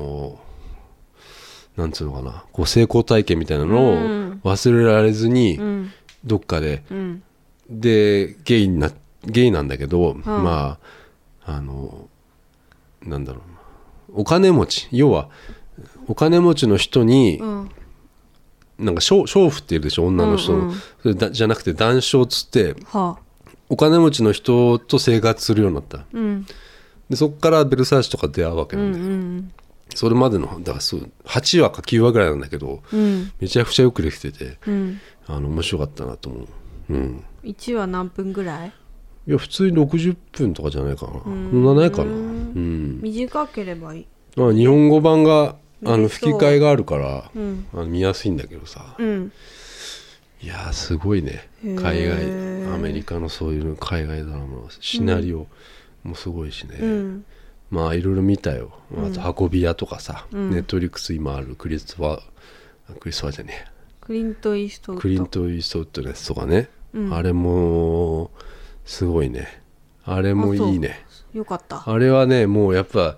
なんつうのかな、こう成功体験みたいなのを忘れられずに、どっかで、でゲイなんだけど、まあなんだろう、お金持ち、要はお金持ちの人に、なんか娼婦っているでしょ、女の人の、それじゃなくて男娼つって、お金持ちの人と生活するようになった、でそこからベルサーチとか出会うわけなんだよ、それまでのだから8話か9話ぐらいなんだけど、めちゃくちゃよくできてて、面白かったなと思う、 1話何分ぐらい？ いや普通に60分とかじゃないかな、そんなないかな、 短ければいい。 日本語版が吹き替えがあるから、見やすいんだけどさ、いやすごいね、海外アメリカのそういう海外ドラマのシナリオもすごいしね、まあいろいろ見たよ。あと運び屋とかさ、ネットフリックス今あるクリント・イーストウッドのやつとかね、あれもすごいね、あれもいいね、 よかった。 あれはねもうやっぱ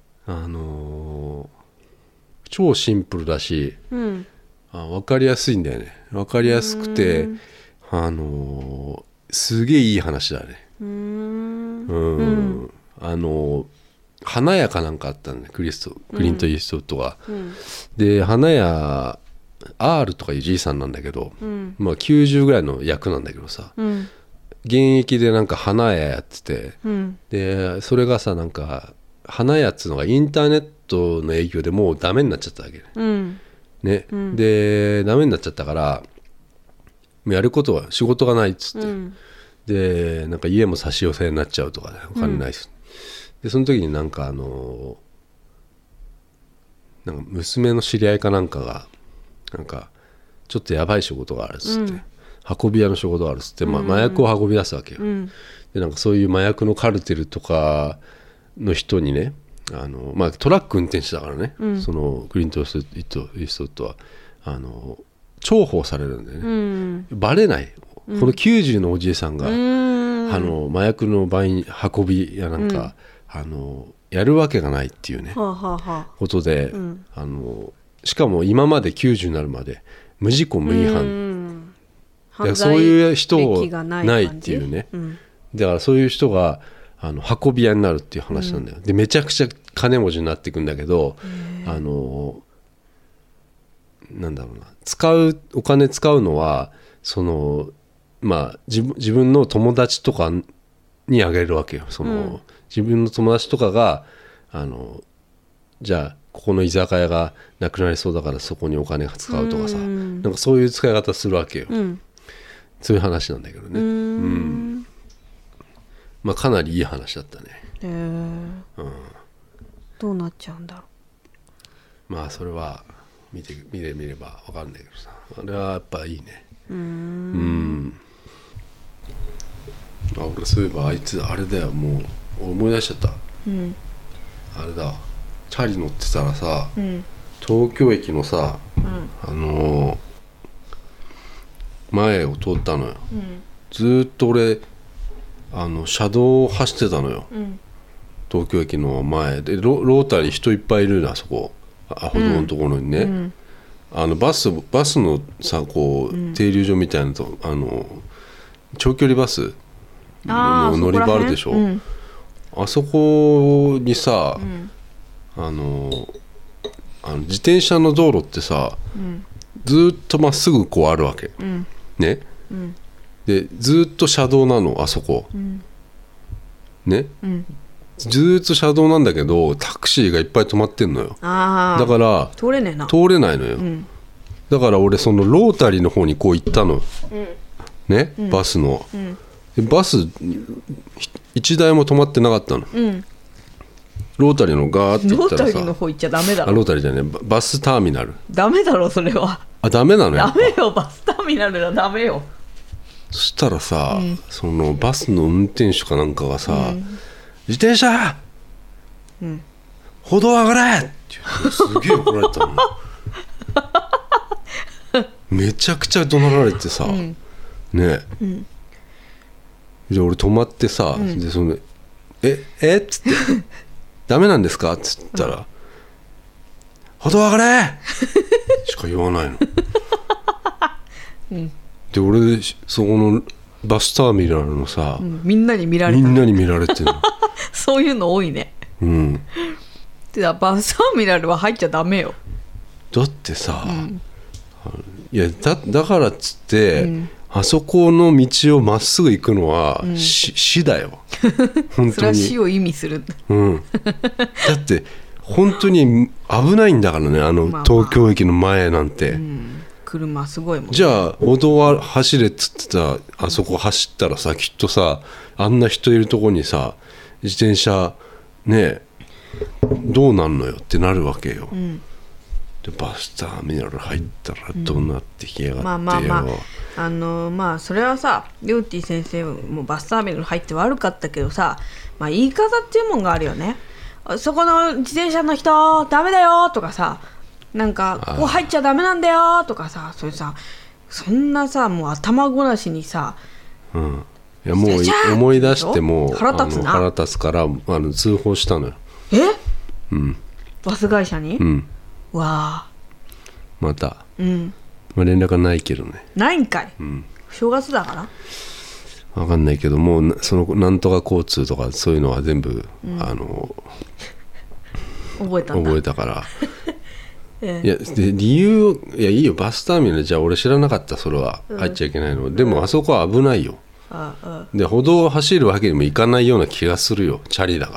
超シンプルだし、分かりやすいんだよね。分かりやすくてすげえいい話だね。花屋かなんかあったんだね、クリント・イーストウッドが、で花屋 R とかいうじいさんなんだけど、まあ90ぐらいの役なんだけどさ、現役でなんか花屋やってて、でそれがさ、なんか花屋っつうのがインターネットの影響でもうダメになっちゃったわけね、でダメになっちゃったからやることは仕事がないっつって、でなんか家も差し押さえになっちゃうとかね、お金ないし、でその時になんかなんか娘の知り合いかなんかがなんかちょっとやばい仕事があるっつって、運び屋の仕事があるっつって、麻薬を運び出すわけよ、でなんかそういう麻薬のカルテルとかの人にね、トラック運転手だからね、そのクリント・イーストウッドは重宝されるんだよね、バレない、この90のおじいさんが、麻薬の運びやなんか、やるわけがないっていうね、ことで、しかも今まで90になるまで無事故無違反、そういう人をないっていうね、だからそういう人が運び屋になるっていう話なんだよ、でめちゃくちゃ金持ちになっていくんだけど、なんだろうな、お金使うのは自分の友達とかにあげるわけよ。自分の友達とかがじゃあここの居酒屋がなくなりそうだからそこにお金が使うとかさ、なんかそういう使い方するわけよ、そういう話なんだけどね。かなりいい話だったね。 どうなっちゃうんだろう。まあそれは見てみれば分かるんだけどさ、あれはやっぱいいね。俺そういえばあいつあれだよ、もう思い出しちゃった、あれだ、チャリ乗ってたらさ、東京駅のさ、前を通ったのよ、ずっと俺車道を走ってたのよ、東京駅の前で。ロータリー人いっぱいいるな、そこ歩道のところにね、バスのさこう、停留所みたいなと長距離バスの乗り場あるでしょ、あそこにさ、自転車の道路ってさ、ずっとまっすぐこうあるわけ、ね、でずっと車道なのあそこ、ね、ずっと車道なんだけどタクシーがいっぱい止まってんのよ。だから通れないのよ、だから俺そのロータリーの方にこう行ったの、ね、バスの、バス1台も止まってなかったの、ロータリーのガーって行ったらさ、 ロータリーの方行っちゃダメだろ。 ロータリーじゃね、バスターミナル。 ダメだろそれは。 ダメなのよ。 ダメよ、バスターミナルはダメよ。 そしたらさ、そのバスの運転手かなんかがさ、自転車、歩道上がれってすげえ怒られたのめちゃくちゃ怒鳴られてさ、ね、で俺止まってさ、でそのえっつってダメなんですかっつったら、歩道上がれしか言わないの、で俺そこのバスターミナルのさ、 みんなに見られてるのそういうの多いね。でバスターミナルは入っちゃダメよ。 だってさ、いや だからっつって、あそこの道をまっすぐ行くのは、死だよ本当に。 それは死を意味する、 だって本当に危ないんだからね、東京駅の前なんて、 車すごいもん、ね、 じゃあ歩道は走れっつってたあそこ走ったらさ、きっとさあんな人いるとこにさ自転車ねどうなんのよってなるわけよ、でバスターミナル入ったらどうなってきやがってよ。 それはさ、リューティ先生もバスターミナル入って悪かったけどさ、言い方っていうもんがあるよね。そこの自転車の人ダメだよとかさ、なんかここ入っちゃダメなんだよとかさ、それさ、そんなさもう頭ごなしにさ、 いやもう思い出しても腹立つから通報したのよ。 バス会社に、わあまた、連絡はないけどね。 ないんかい、正月だから分かんないけど、もうそのなんとか交通とかそういうのは全部、覚えたからいやで理由、いやいいよ、バスターミナルじゃあ俺知らなかった、それは入っちゃいけないの、でもあそこは危ないよ、で歩道を走るわけにもいかないような気がするよ、チャリだから、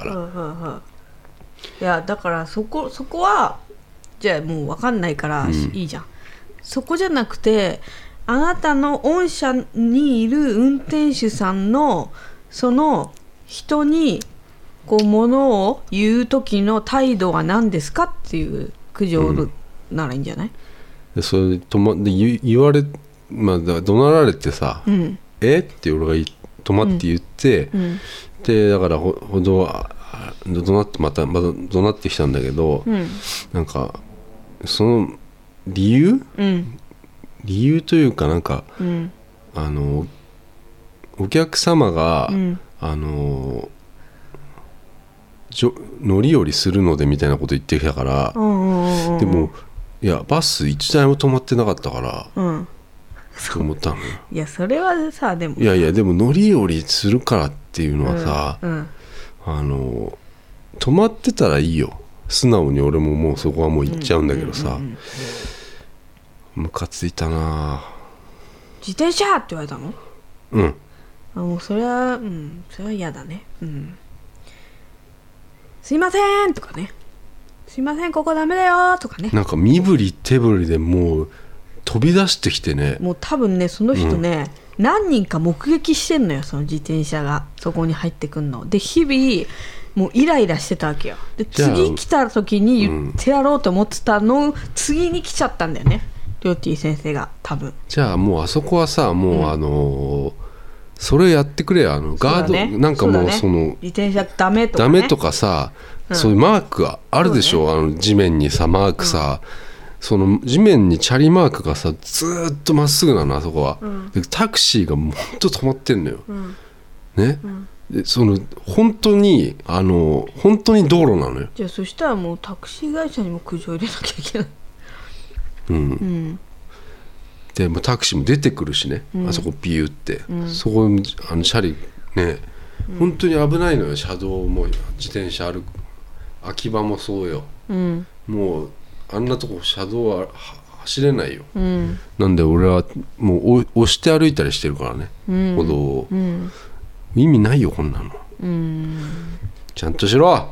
いやだからそこはじゃあもう分かんないからいいじゃん、そこじゃなくて、あなたの御社にいる運転手さんのその人にこう物を言う時の態度は何ですかっていう苦情ならいいんじゃない？ でそれで言われ、怒鳴られてさ、って俺が止まって言って、でだから歩道は怒鳴ってまた怒鳴ってきたんだけど、なんかその理由というかなんか、お客様が、乗り降りするのでみたいなこと言ってきたから、でもいやバス1台も止まってなかったから、と思ったのよ。 いやそれはさ、でもいやでも乗り降りするからっていうのはさ、 止まってたらいいよ。素直に俺ももうそこはもう行っちゃうんだけどさ、ムカついたな。 自転車って言われたの？ うん。 もうそれはそれは嫌だね。すいませんとかね。すいませんここダメだよとかね。 なんか身振り手振りでもう飛び出してきてね。 もう多分ねその人ね、何人か目撃してんのよ、その自転車がそこに入ってくんので、日々もうイライラしてたわけよ。で次来た時に言ってやろうと思ってたの、次に来ちゃったんだよね、りょうてぃ先生が多分。 じゃあもうあそこはさ、もうそれやってくれよ、ガード、ね、なんかもうその自転車ダメとか、 ね、ダメとかさ、そういうマークがあるでしょ、地面にさマークさ、その地面にチャリマークがさずーっとまっすぐなのあそこは、でタクシーがもうほんと止まってんのよ、ね、でその本当に本当に道路なのよ。 じゃあそしたらもうタクシー会社にも苦情入れなきゃいけない。 でもタクシーも出てくるしね、あそこピューって、そこチャリね、本当に危ないのよ。車道も自転車歩く秋葉もそうよ、もうあんなとこ車道は走れないよ、なんで俺はもう押して歩いたりしてるからね、歩道を、意味ないよこんなの、ちゃんとしろ。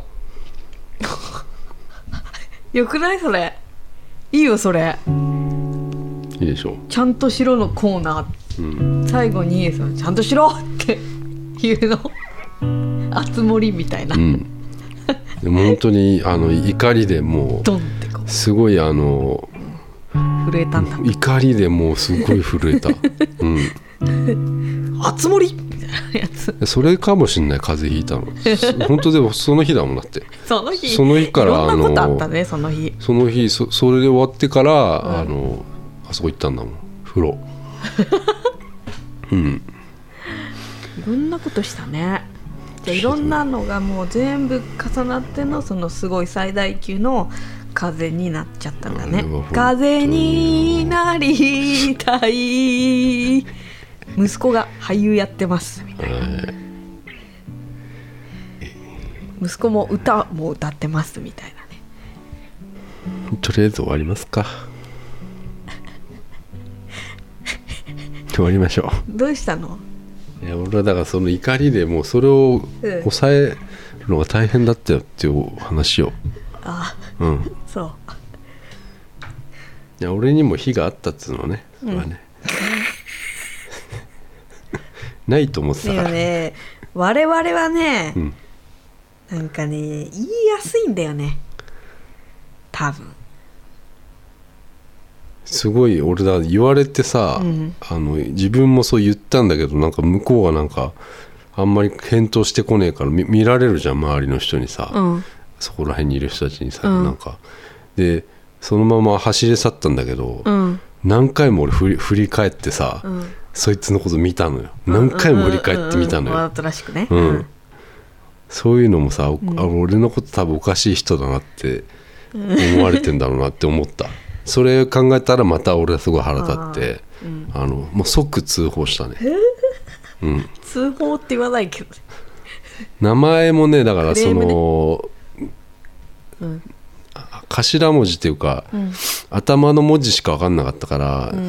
よくないそれ、いいよそれ、 いいでしょ。 ちゃんとしろのコーナー、最後にそのちゃんとしろっていうのあつ森みたいな、 でも本当に怒りでもうドンってこうすごい震えたんだ。 怒りでもうすごい震えた、 あつ森みたいなやつ。 それかもしんない、風邪ひいたの本当でもその日だもんだって。 その日からいろんなことあったね、その日それで終わってから、あそこ行ったんだもん、風呂。いろんなことしたね。いろんなのがもう全部重なってのそのすごい最大級の風になっちゃったんだね。風になりたい、息子が俳優やってますみたいな、息子も歌も歌ってますみたいなね。 とりあえず終わりますか。終わりましょう。 どうしたの？ いや俺はだからその怒りでもうそれを抑えるのが大変だったよっていう話を、 そう、 いや俺にも非があったっつうのね、それはね、ないと思ってたからね。我々はね、なんかね言いやすいんだよね多分。すごい俺だ言われてさ、自分もそう言ったんだけど、なんか向こうがなんかあんまり返答してこねえから 見られるじゃん周りの人にさ、そこら辺にいる人たちにさ、なんかでそのまま走り去ったんだけど、何回も俺振り返ってさ、そいつのこと見たのよ。何回も振り返って見たのよ。 わざとらしくね、 そういうのもさ、俺のこと多分おかしい人だなって思われてんだろうなって思ったそれ考えたらまた俺はすごい腹立って、もう即通報したね、 通報って言わないけど名前もね、だからその、頭文字っていうか、頭の文字しか分かんなかったから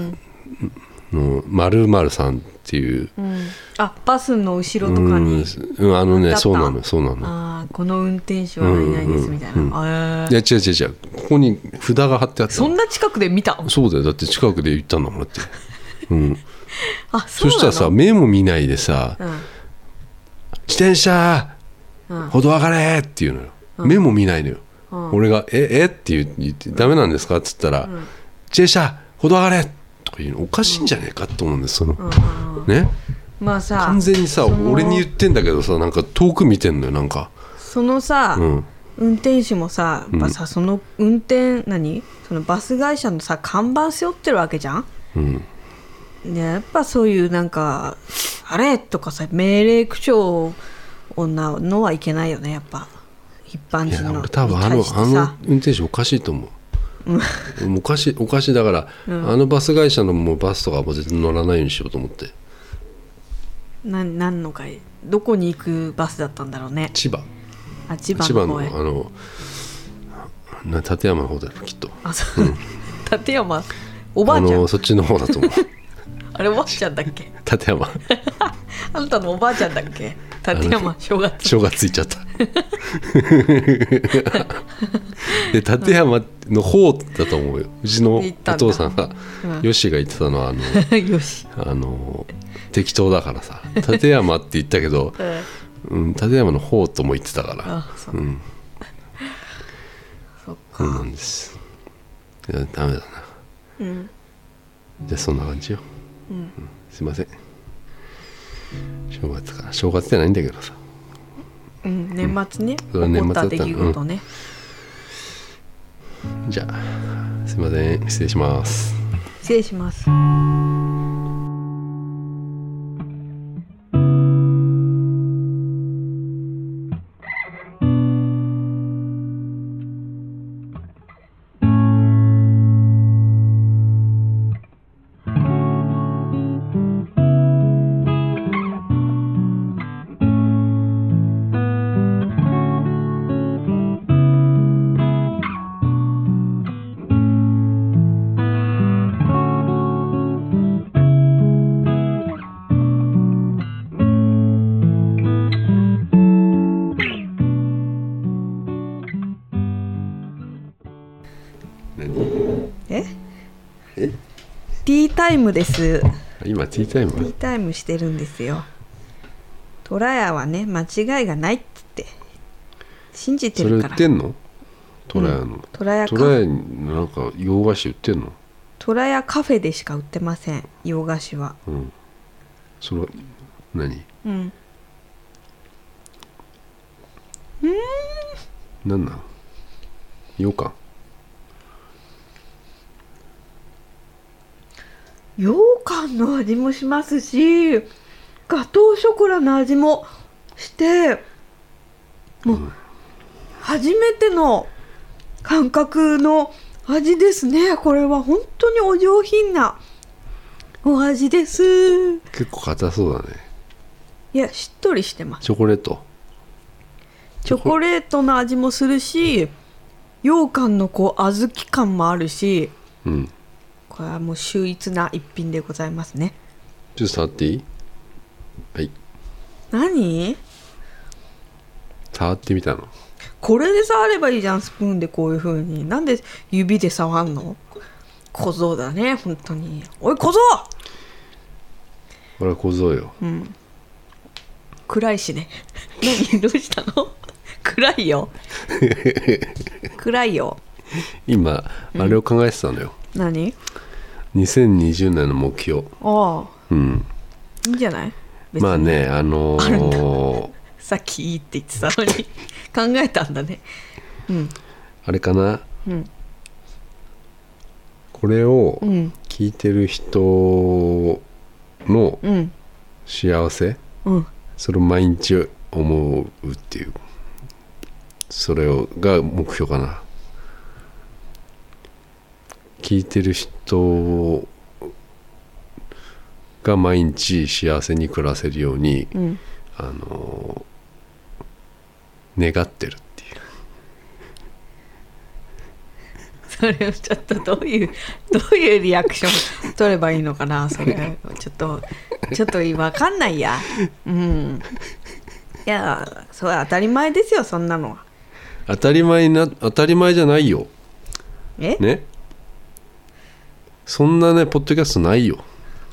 、〇〇さんっていう、 バスの後ろとかに、 そうなのそうなの、この運転手は何々ですみたいな、 いや違うここに札が貼ってあった。 そんな近くで見た？ そうだよ、だって近くで言ったんだもんだって、そしたらさ、目も見ないでさ、自転車歩道上がれっていうのよ、目も見ないのよ、俺がって言ってダメなんですかっつったら、自転車歩道上がれとか言うのおかしいんじゃねえかと思うんです、そのね、 まあさ、 完全にさ俺に言ってんだけどさ、なんか遠く見てんのよ、なんかそのさ、運転手もさ、やっぱさ、その運転そのバス会社のさ看板背負ってるわけじゃん、ね、やっぱそういうなんかあれとかさ命令口調なのはいけないよね、やっぱ一般人の。いや俺多分あの運転手おかしいと思う。おかしいだから、あのバス会社のもうバスとかも絶対乗らないようにしようと思って。 何のかい、どこに行くバスだったんだろうね。 千葉あ、千葉の方へ。 館山の方だよきっと。 あ、そう、館山おばあちゃん、 そっちの方だと思う。 あれおばあちゃんだっけ？ 館山あんたのおばあちゃんだっけ？館山正月ついちゃった。で館山の方だと思うよ。うちのお父さんが、ヨシが言ってたのはよし、 適当だからさ、館山って言ったけど、館山の方とも言ってたから。 あ、そう、そっか。 そうなんです。いやダメだな。じゃあそんな感じよ。すいません。正月から、正月じゃないんだけどさ。 年末ね。 それは年末だった起こった出来事ね。 じゃあすいません、失礼します。 失礼します。ティータイムです。 今ティータイム？ ティータイムしてるんですよ。トラヤはね、間違いがないって信じてるから。 それ売ってんの？トラヤの。トラヤになんか洋菓子売ってんの？ トラヤカフェでしか売ってません、洋菓子は。 それは何？なんなん？羊羹？ 羊羹の味もしますし、ガトーショコラの味もして、もう初めての感覚の味ですね。これは本当にお上品なお味です。 結構硬そうだね。 いや、しっとりしてます。 チョコレート？ チョコレートの味もするし、羊羹のこう小豆感もあるし、これはもう秀逸な一品でございますね。 ちょっと触っていい？はい。 何？ 触ってみたの。 これで触ればいいじゃん、スプーンでこういう風に。なんで指で触んの？小僧だね、本当に。おい小僧！ これは小僧よ。 暗いしね。何？どうしたの？暗いよ。暗いよ。 今あれを考えてたのよ。 何 ？2020年の目標。 ああ、いいんじゃない？ まあね、 さっきいいって言ってたのに考えたんだね。 あれかな、これを聞いてる人の幸せ、それを毎日思うっていう、それが目標かな。聞いてる人が毎日幸せに暮らせるように、願ってるっていう。 それをちょっとどういうリアクション取ればいいのかな。それちょっと分かんないや。いや、それは当たり前ですよ、そんなのは。 当たり前じゃないよ。ね、そんなねポッドキャストないよ。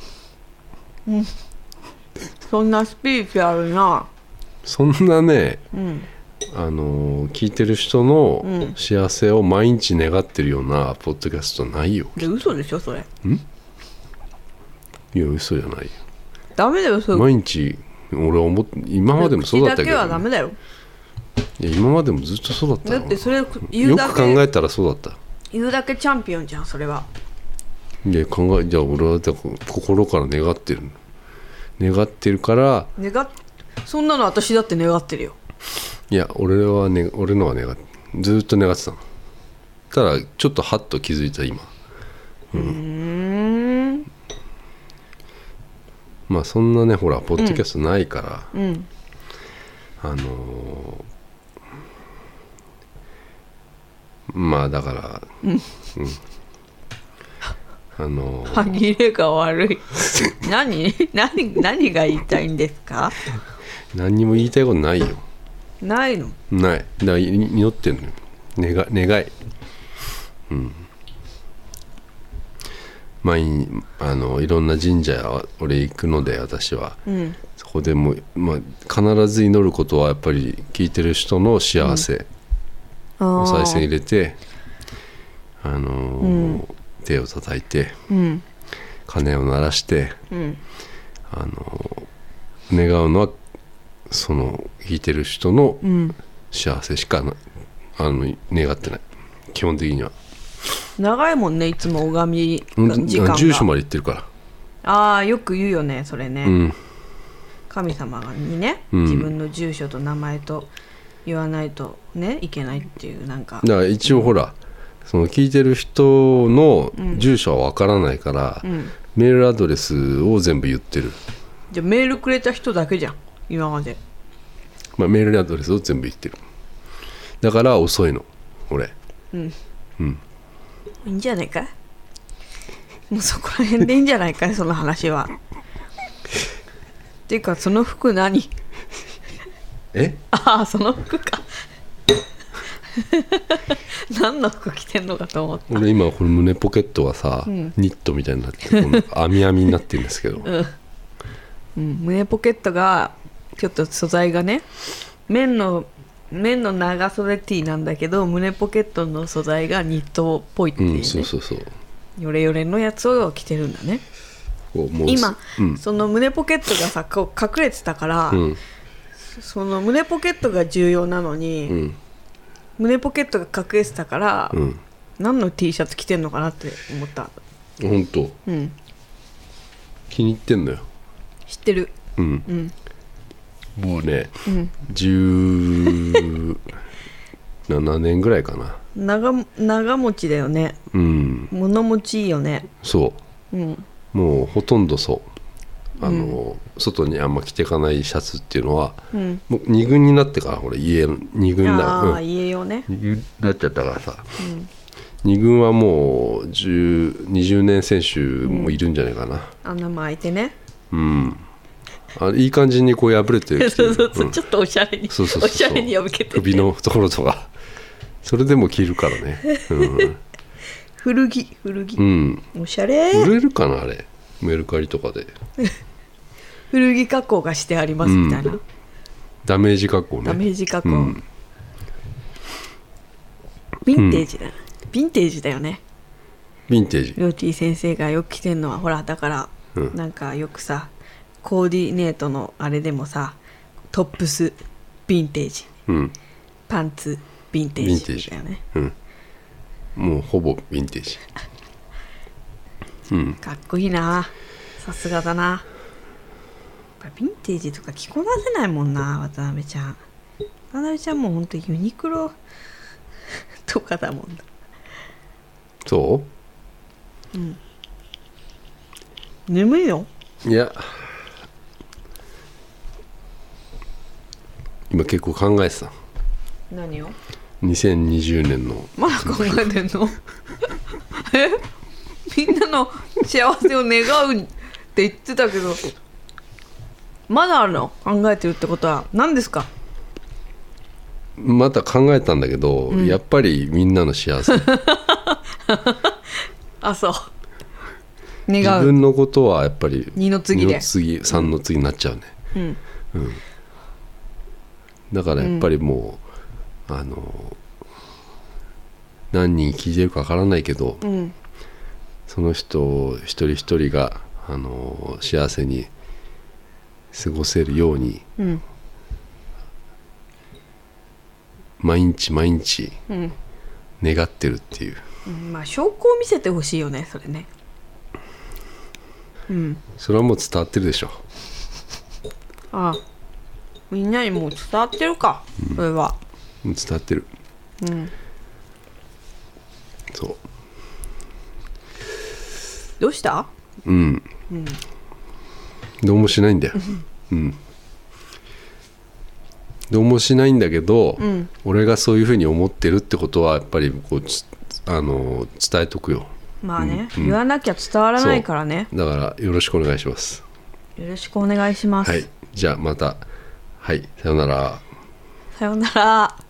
そんなスピリチュアルな、 そんなね、聞いてる人の幸せを毎日願ってるようなポッドキャストないよ。 で、嘘でしょそれ。 いや、嘘じゃないよ。 ダメだよ、それ。 毎日俺は今までもそうだったけど、 口だけはダメだよ。 いや、今までもずっとそうだったよ。 だってそれ言うだけ、 よく考えたらそうだった。 言うだけチャンピオンじゃん、それは。 いや、じゃあ俺は心から願ってるから。 そんなの私だって願ってるよ。 いや、俺のはずっと願ってたの。ただちょっとハッと気づいた今。まあそんなね、ほらポッドキャストないから、 まあだから、 歯切れが悪い何が言いたいんですか？ 何にも言いたいことないよ。 ないの？ ない。だから祈ってんのよ。願い。毎日いろんな神社や俺行くので、私は、そこでも、必ず祈ることはやっぱり聞いてる人の幸せ、お賽銭入れて、手を叩いて、鐘を鳴らして、願うのはその聞いてる人の幸せしか願ってない、基本的には。 長いもんね、いつも拝み時間が。 住所まで行ってるから。 ああ、よく言うよねそれね、神様にね、自分の住所と名前と言わないとねいけないっていう、なんかだから一応ほら、その聞いてる人の住所は分からないから、メールアドレスを全部言ってる。 じゃあメールくれた人だけじゃん今まで。 メールアドレスを全部言ってる。だから遅いの俺。 いいんじゃないか、もうそこら辺でいいんじゃないかその話は。っていうか、その服何？ああ、その服か何の服着てんのかと思った。 俺今これ胸ポケットがさ、ニットみたいになってこの網みになってるんですけど、 胸ポケットがちょっと素材がね、綿の長袖 T なんだけど、胸ポケットの素材がニットっぽいっていうね、 そうヨレヨレのやつを着てるんだね。今、その胸ポケットがさこう隠れてたから、その胸ポケットが重要なのに、胸ポケットが隠れてたから、何の T シャツ着てんのかなって思った。 本当、気に入ってんのよ。 知ってる。 もうね、17年ぐらいかな。 長持ちだよね。物持ちいいよね。 そう、もうほとんどそう。外にあんま着てかないシャツっていうのは、もう2軍になってから、ほら家の2軍だ、 家用ね、 2軍になっちゃったからさ、2軍はもう20年選手もいるんじゃないかな、 穴も開いてね。 いい感じにこう破れてきてる。 ちょっとおしゃれに、おしゃれに破けてて、 首のところとかそれでも着るからね。 古着、おしゃれ。 売れるかなあれ、メルカリとかで古着加工がしてありますみたいな、 ダメージ加工ね。 ダメージ加工、ヴィンテージだ、ヴィンテージだよね。 ヴィンテージ。 りょうてぃ先生がよく着てんのは、ほらだから、なんかよくさコーディネートのあれでもさ、トップスヴィンテージ、パンツヴィンテージだよね。 もうほぼヴィンテージ。 かっこいいな、さすがだな。ヴィンテージとか着こなせないもんな、渡辺ちゃん。渡辺ちゃんもうほんとユニクロとかだもんな。 そう？ 眠いよ。 いや、今結構考えてた。 何を ？2020年の。 まだ考えてんの？みんなの幸せを願うって言ってたけど、まだあるの？考えてるってことは何ですか？ また考えたんだけど、やっぱりみんなの幸せ。 あ、そう。願う。 自分のことはやっぱり 2の次で 3の次になっちゃうね。だからやっぱりもう、何人聞いてるかわからないけど、その人一人一人が幸せに過ごせるように、毎日毎日願ってるっていう、 まあ証拠を見せてほしいよね、それね。 それはもう伝わってるでしょ。 ああ、みんなにもう伝わってるか、それは。 伝わってる。そう。 どうした？ どうもしないんだよ。 どうもしないんだけど、俺がそういうふうに思ってるってことはやっぱりこう伝えとくよ。 まあね、言わなきゃ伝わらないからね。 だからよろしくお願いします。 よろしくお願いします。 はい、じゃあまた。はい、さようなら。 さようなら。